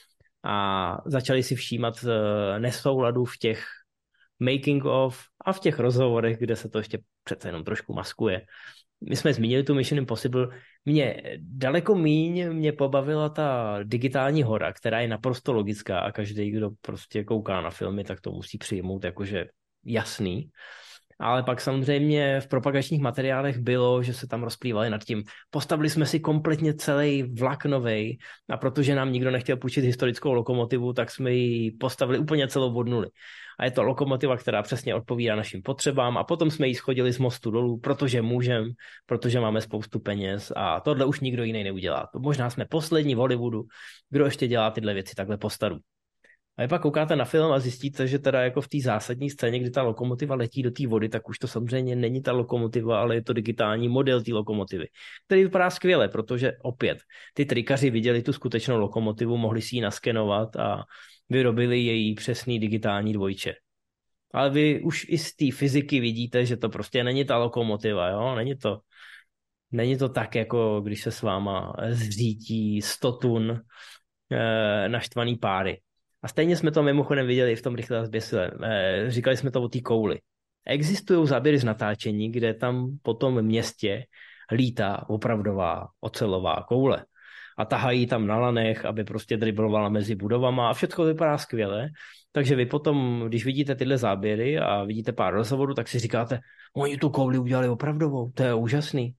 A začali si všímat nesouladu v těch making of a v těch rozhovorech, kde se to ještě přece jenom trošku maskuje. My jsme zmínili tu Mission Impossible. Mě daleko míň mě pobavila ta digitální hora, která je naprosto logická a každý, kdo prostě kouká na filmy, tak to musí přijmout jakože jasný. Ale pak samozřejmě v propagačních materiálech bylo, že se tam rozplývali nad tím. Postavili jsme si kompletně celý vlak novej a protože nám nikdo nechtěl půjčit historickou lokomotivu, tak jsme ji postavili úplně celou od nuly. A je to lokomotiva, která přesně odpovídá našim potřebám a potom jsme ji schodili z mostu dolů, protože můžeme, protože máme spoustu peněz a tohle už nikdo jiný neudělá. To možná jsme poslední v Hollywoodu, kdo ještě dělá tyhle věci takhle po staru. A pak koukáte na film a zjistíte, že teda jako v té zásadní scéně, kdy ta lokomotiva letí do té vody, tak už to samozřejmě není ta lokomotiva, ale je to digitální model té lokomotivy, který vypadá skvěle, protože opět ty trikaři viděli tu skutečnou lokomotivu, mohli si ji naskenovat a vyrobili její přesný digitální dvojče. Ale vy už i z té fyziky vidíte, že to prostě není ta lokomotiva, jo? Není to, není to tak, jako když se s váma zřítí sto tun e, naštvaný páry. A stejně jsme to mimochodem viděli v tom Rychle a zběsile. E, říkali jsme to o té kouli. Existují záběry z natáčení, kde tam po tom městě lítá opravdová ocelová koule. A tahají tam na lanech, aby prostě driblovala mezi budovama a všechno vypadá skvěle. Takže vy potom, když vidíte tyhle záběry a vidíte pár rozhovorů, tak si říkáte, oni tu kouli udělali opravdovou, to je úžasný.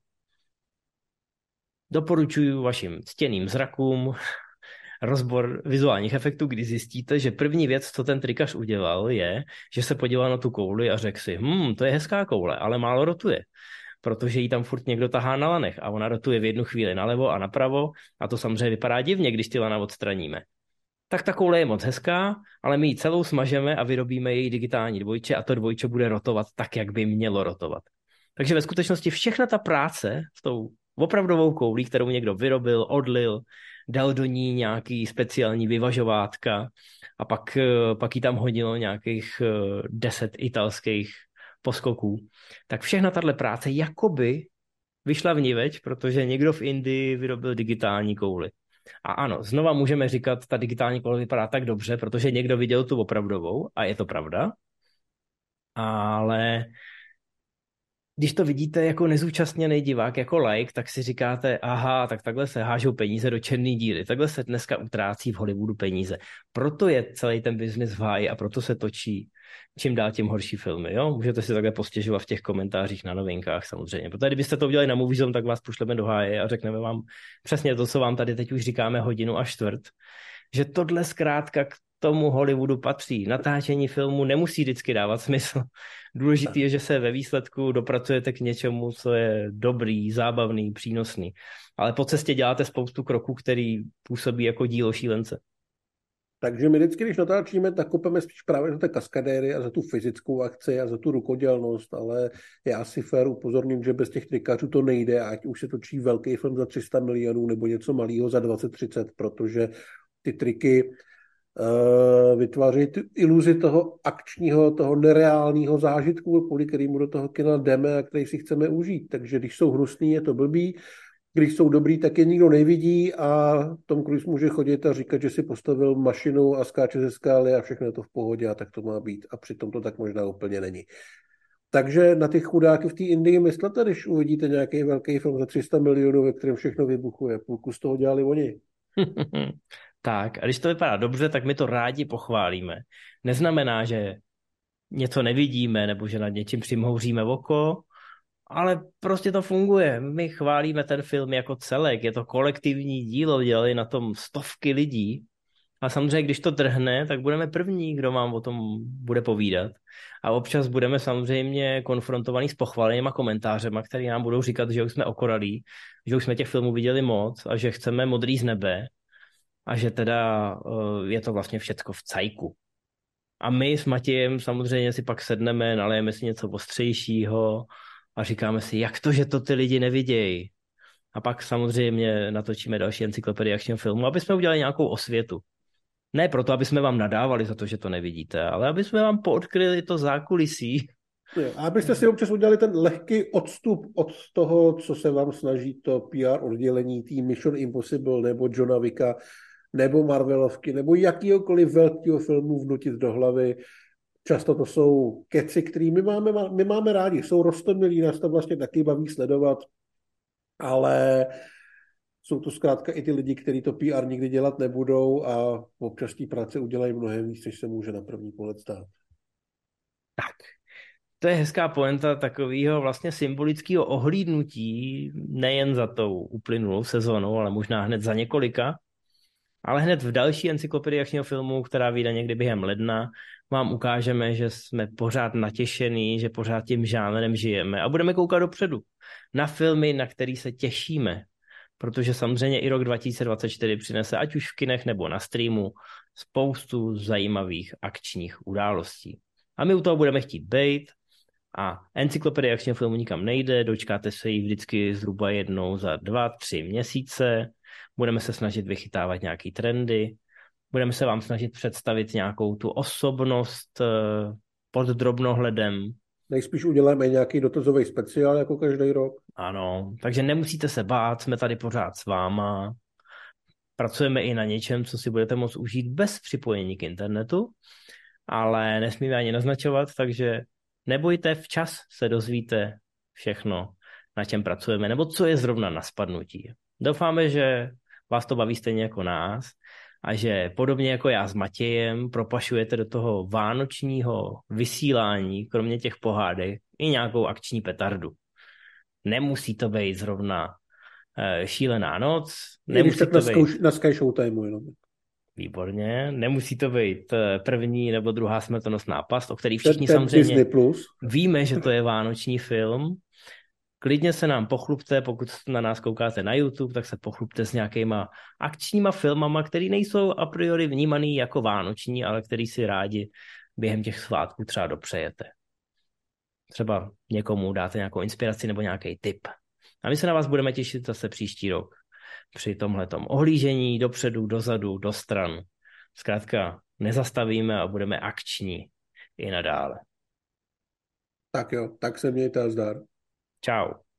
Doporučuji vašim ctěným zrakům rozbor vizuálních efektů, kdy zjistíte, že první věc, co ten trikař udělal, je, že se podíval na tu kouli a řekl si, hm, to je hezká koule, ale málo rotuje, protože jí tam furt někdo tahá na lanech a ona rotuje v jednu chvíli nalevo a napravo a to samozřejmě vypadá divně, když ty lana odstraníme. Tak ta koule je moc hezká, ale my ji celou smažeme a vyrobíme její digitální dvojče a to dvojče bude rotovat tak, jak by mělo rotovat. Takže ve skutečnosti všechna ta práce s tou opravdovou koulí, kterou někdo vyrobil, odlil, dal do ní nějaký speciální vyvažovátka a pak, pak jí tam hodilo nějakých deset italských poskoků. Tak všechna tahle práce jakoby vyšla vniveč, protože někdo v Indii vyrobil digitální kouli. A ano, znova můžeme říkat, ta digitální koule vypadá tak dobře, protože někdo viděl tu opravdovou a je to pravda, ale když to vidíte jako nezúčastněný divák, jako like, tak si říkáte, aha, tak takhle se hážou peníze do černé díry, takhle se dneska utrácí v Hollywoodu peníze. Proto je celý ten biznis v háji a proto se točí čím dál tím horší filmy. Jo? Můžete si takhle postěžovat v těch komentářích na novinkách samozřejmě. Protože kdybyste to udělali na Moviezone, tak vás pošleme do háje a řekneme vám přesně to, co vám tady teď už říkáme hodinu a čtvrt, že tohle zkrátka k tomu Hollywoodu patří. Natáčení filmu nemusí vždycky dávat smysl. Důležité je, že se ve výsledku dopracujete k něčemu, co je dobrý, zábavný, přínosný. Ale po cestě děláte spoustu kroků, který působí jako dílo šílence. Takže my vždycky, když natáčíme, tak kopeme spíš právě za ty kaskadéry a za tu fyzickou akci a za tu rukodělnost, ale já si fér upozorním, že bez těch trikářů to nejde, ať už se točí velký film za tři sta milionů nebo něco malého za dvacet třicet, protože ty triky uh, vytvářejí tu iluzi toho akčního, toho nereálního zážitku, kvůli kterému do toho kina jdeme a který si chceme užít. Takže když jsou hnusný, je to blbý. Když jsou dobrý, tak je nikdo nevidí a Tom Cruise může chodit a říkat, že si postavil mašinu a skáče ze skály a všechno je to v pohodě a tak to má být. A přitom to tak možná úplně není. Takže na ty chudáky v té Indii myslete, když uvidíte nějaký velký film za tři sta milionů, ve kterém všechno vybuchuje. Půlku z toho dělali oni. Tak, a když to vypadá dobře, tak my to rádi pochválíme. Neznamená, že něco nevidíme nebo že nad něčím přimhouříme oko, ale prostě to funguje. My chválíme ten film jako celek. Je to kolektivní dílo, dělali na tom stovky lidí. A samozřejmě, když to trhne, tak budeme první, kdo vám o tom bude povídat. A občas budeme samozřejmě konfrontovaní s pochvalenýma komentářema, které nám budou říkat, že už jsme okoralí, že už jsme těch filmů viděli moc a že chceme modrý z nebe a že teda uh, je to vlastně všecko v cajku. A my s Matějem samozřejmě si pak sedneme, nalejeme si něco ostřejšího a říkáme si, jak to, že to ty lidi nevidějí. A pak samozřejmě natočíme další encyklopedii akčního filmu, aby jsme udělali nějakou osvětu. Ne proto, aby jsme vám nadávali za to, že to nevidíte, ale aby jsme vám poodkryli to zákulisí. A abyste si občas udělali ten lehký odstup od toho, co se vám snaží to P R oddělení tý Mission Impossible nebo Johna Wicka nebo Marvelovky nebo jakýhokoliv velkého filmu vnutit do hlavy. Často to jsou keci, který my máme, my máme rádi. Jsou roztomilí, nás to vlastně taky baví sledovat, ale jsou to zkrátka i ty lidi, kteří to P R nikdy dělat nebudou a občas té práce udělají mnohem víc, než se může na první pohled stát. Tak, to je hezká pointa takového vlastně symbolického ohlídnutí nejen za tou uplynulou sezónou, ale možná hned za několika. Ale hned v další encyklopedii akčního filmu, která vyjde někdy během ledna, vám ukážeme, že jsme pořád natěšený, že pořád tím žánrem žijeme a budeme koukat dopředu na filmy, na který se těšíme, protože samozřejmě i rok dva tisíce dvacet čtyři přinese, ať už v kinech nebo na streamu, spoustu zajímavých akčních událostí. A my u toho budeme chtít bejt a encyklopedie akčního filmu nikam nejde, dočkáte se jí vždycky zhruba jednou za dva, tři měsíce. Budeme se snažit vychytávat nějaký trendy, budeme se vám snažit představit nějakou tu osobnost pod drobnohledem. Nejspíš uděláme nějaký dotazový speciál jako každý rok. Ano, takže nemusíte se bát, jsme tady pořád s váma. Pracujeme i na něčem, co si budete moct užít bez připojení k internetu, ale nesmíme ani naznačovat, takže nebojte, včas se dozvíte všechno, na čem pracujeme, nebo co je zrovna na spadnutí. Doufáme, že vás to baví stejně jako nás a že podobně jako já s Matějem propašujete do toho vánočního vysílání, kromě těch pohádek, i nějakou akční petardu. Nemusí to být zrovna uh, šílená noc. Nemusí to na, být... zkouš, na Sky Showtime jenom. Výborně. Nemusí to být první nebo druhá smrtonosná past, o který všichni ten, ten samozřejmě Disney Plus. Víme, že to je vánoční film. Klidně se nám pochlupte, pokud na nás koukáte na YouTube, tak se pochlupte s nějakýma akčníma filmama, které nejsou a priori vnímaný jako vánoční, ale který si rádi během těch svátků třeba dopřejete. Třeba někomu dáte nějakou inspiraci nebo nějaký tip. A my se na vás budeme těšit zase příští rok při tomhletom ohlížení dopředu, dozadu, do stran. Zkrátka nezastavíme a budeme akční i nadále. Tak jo, tak se mějte a zdar. Čau.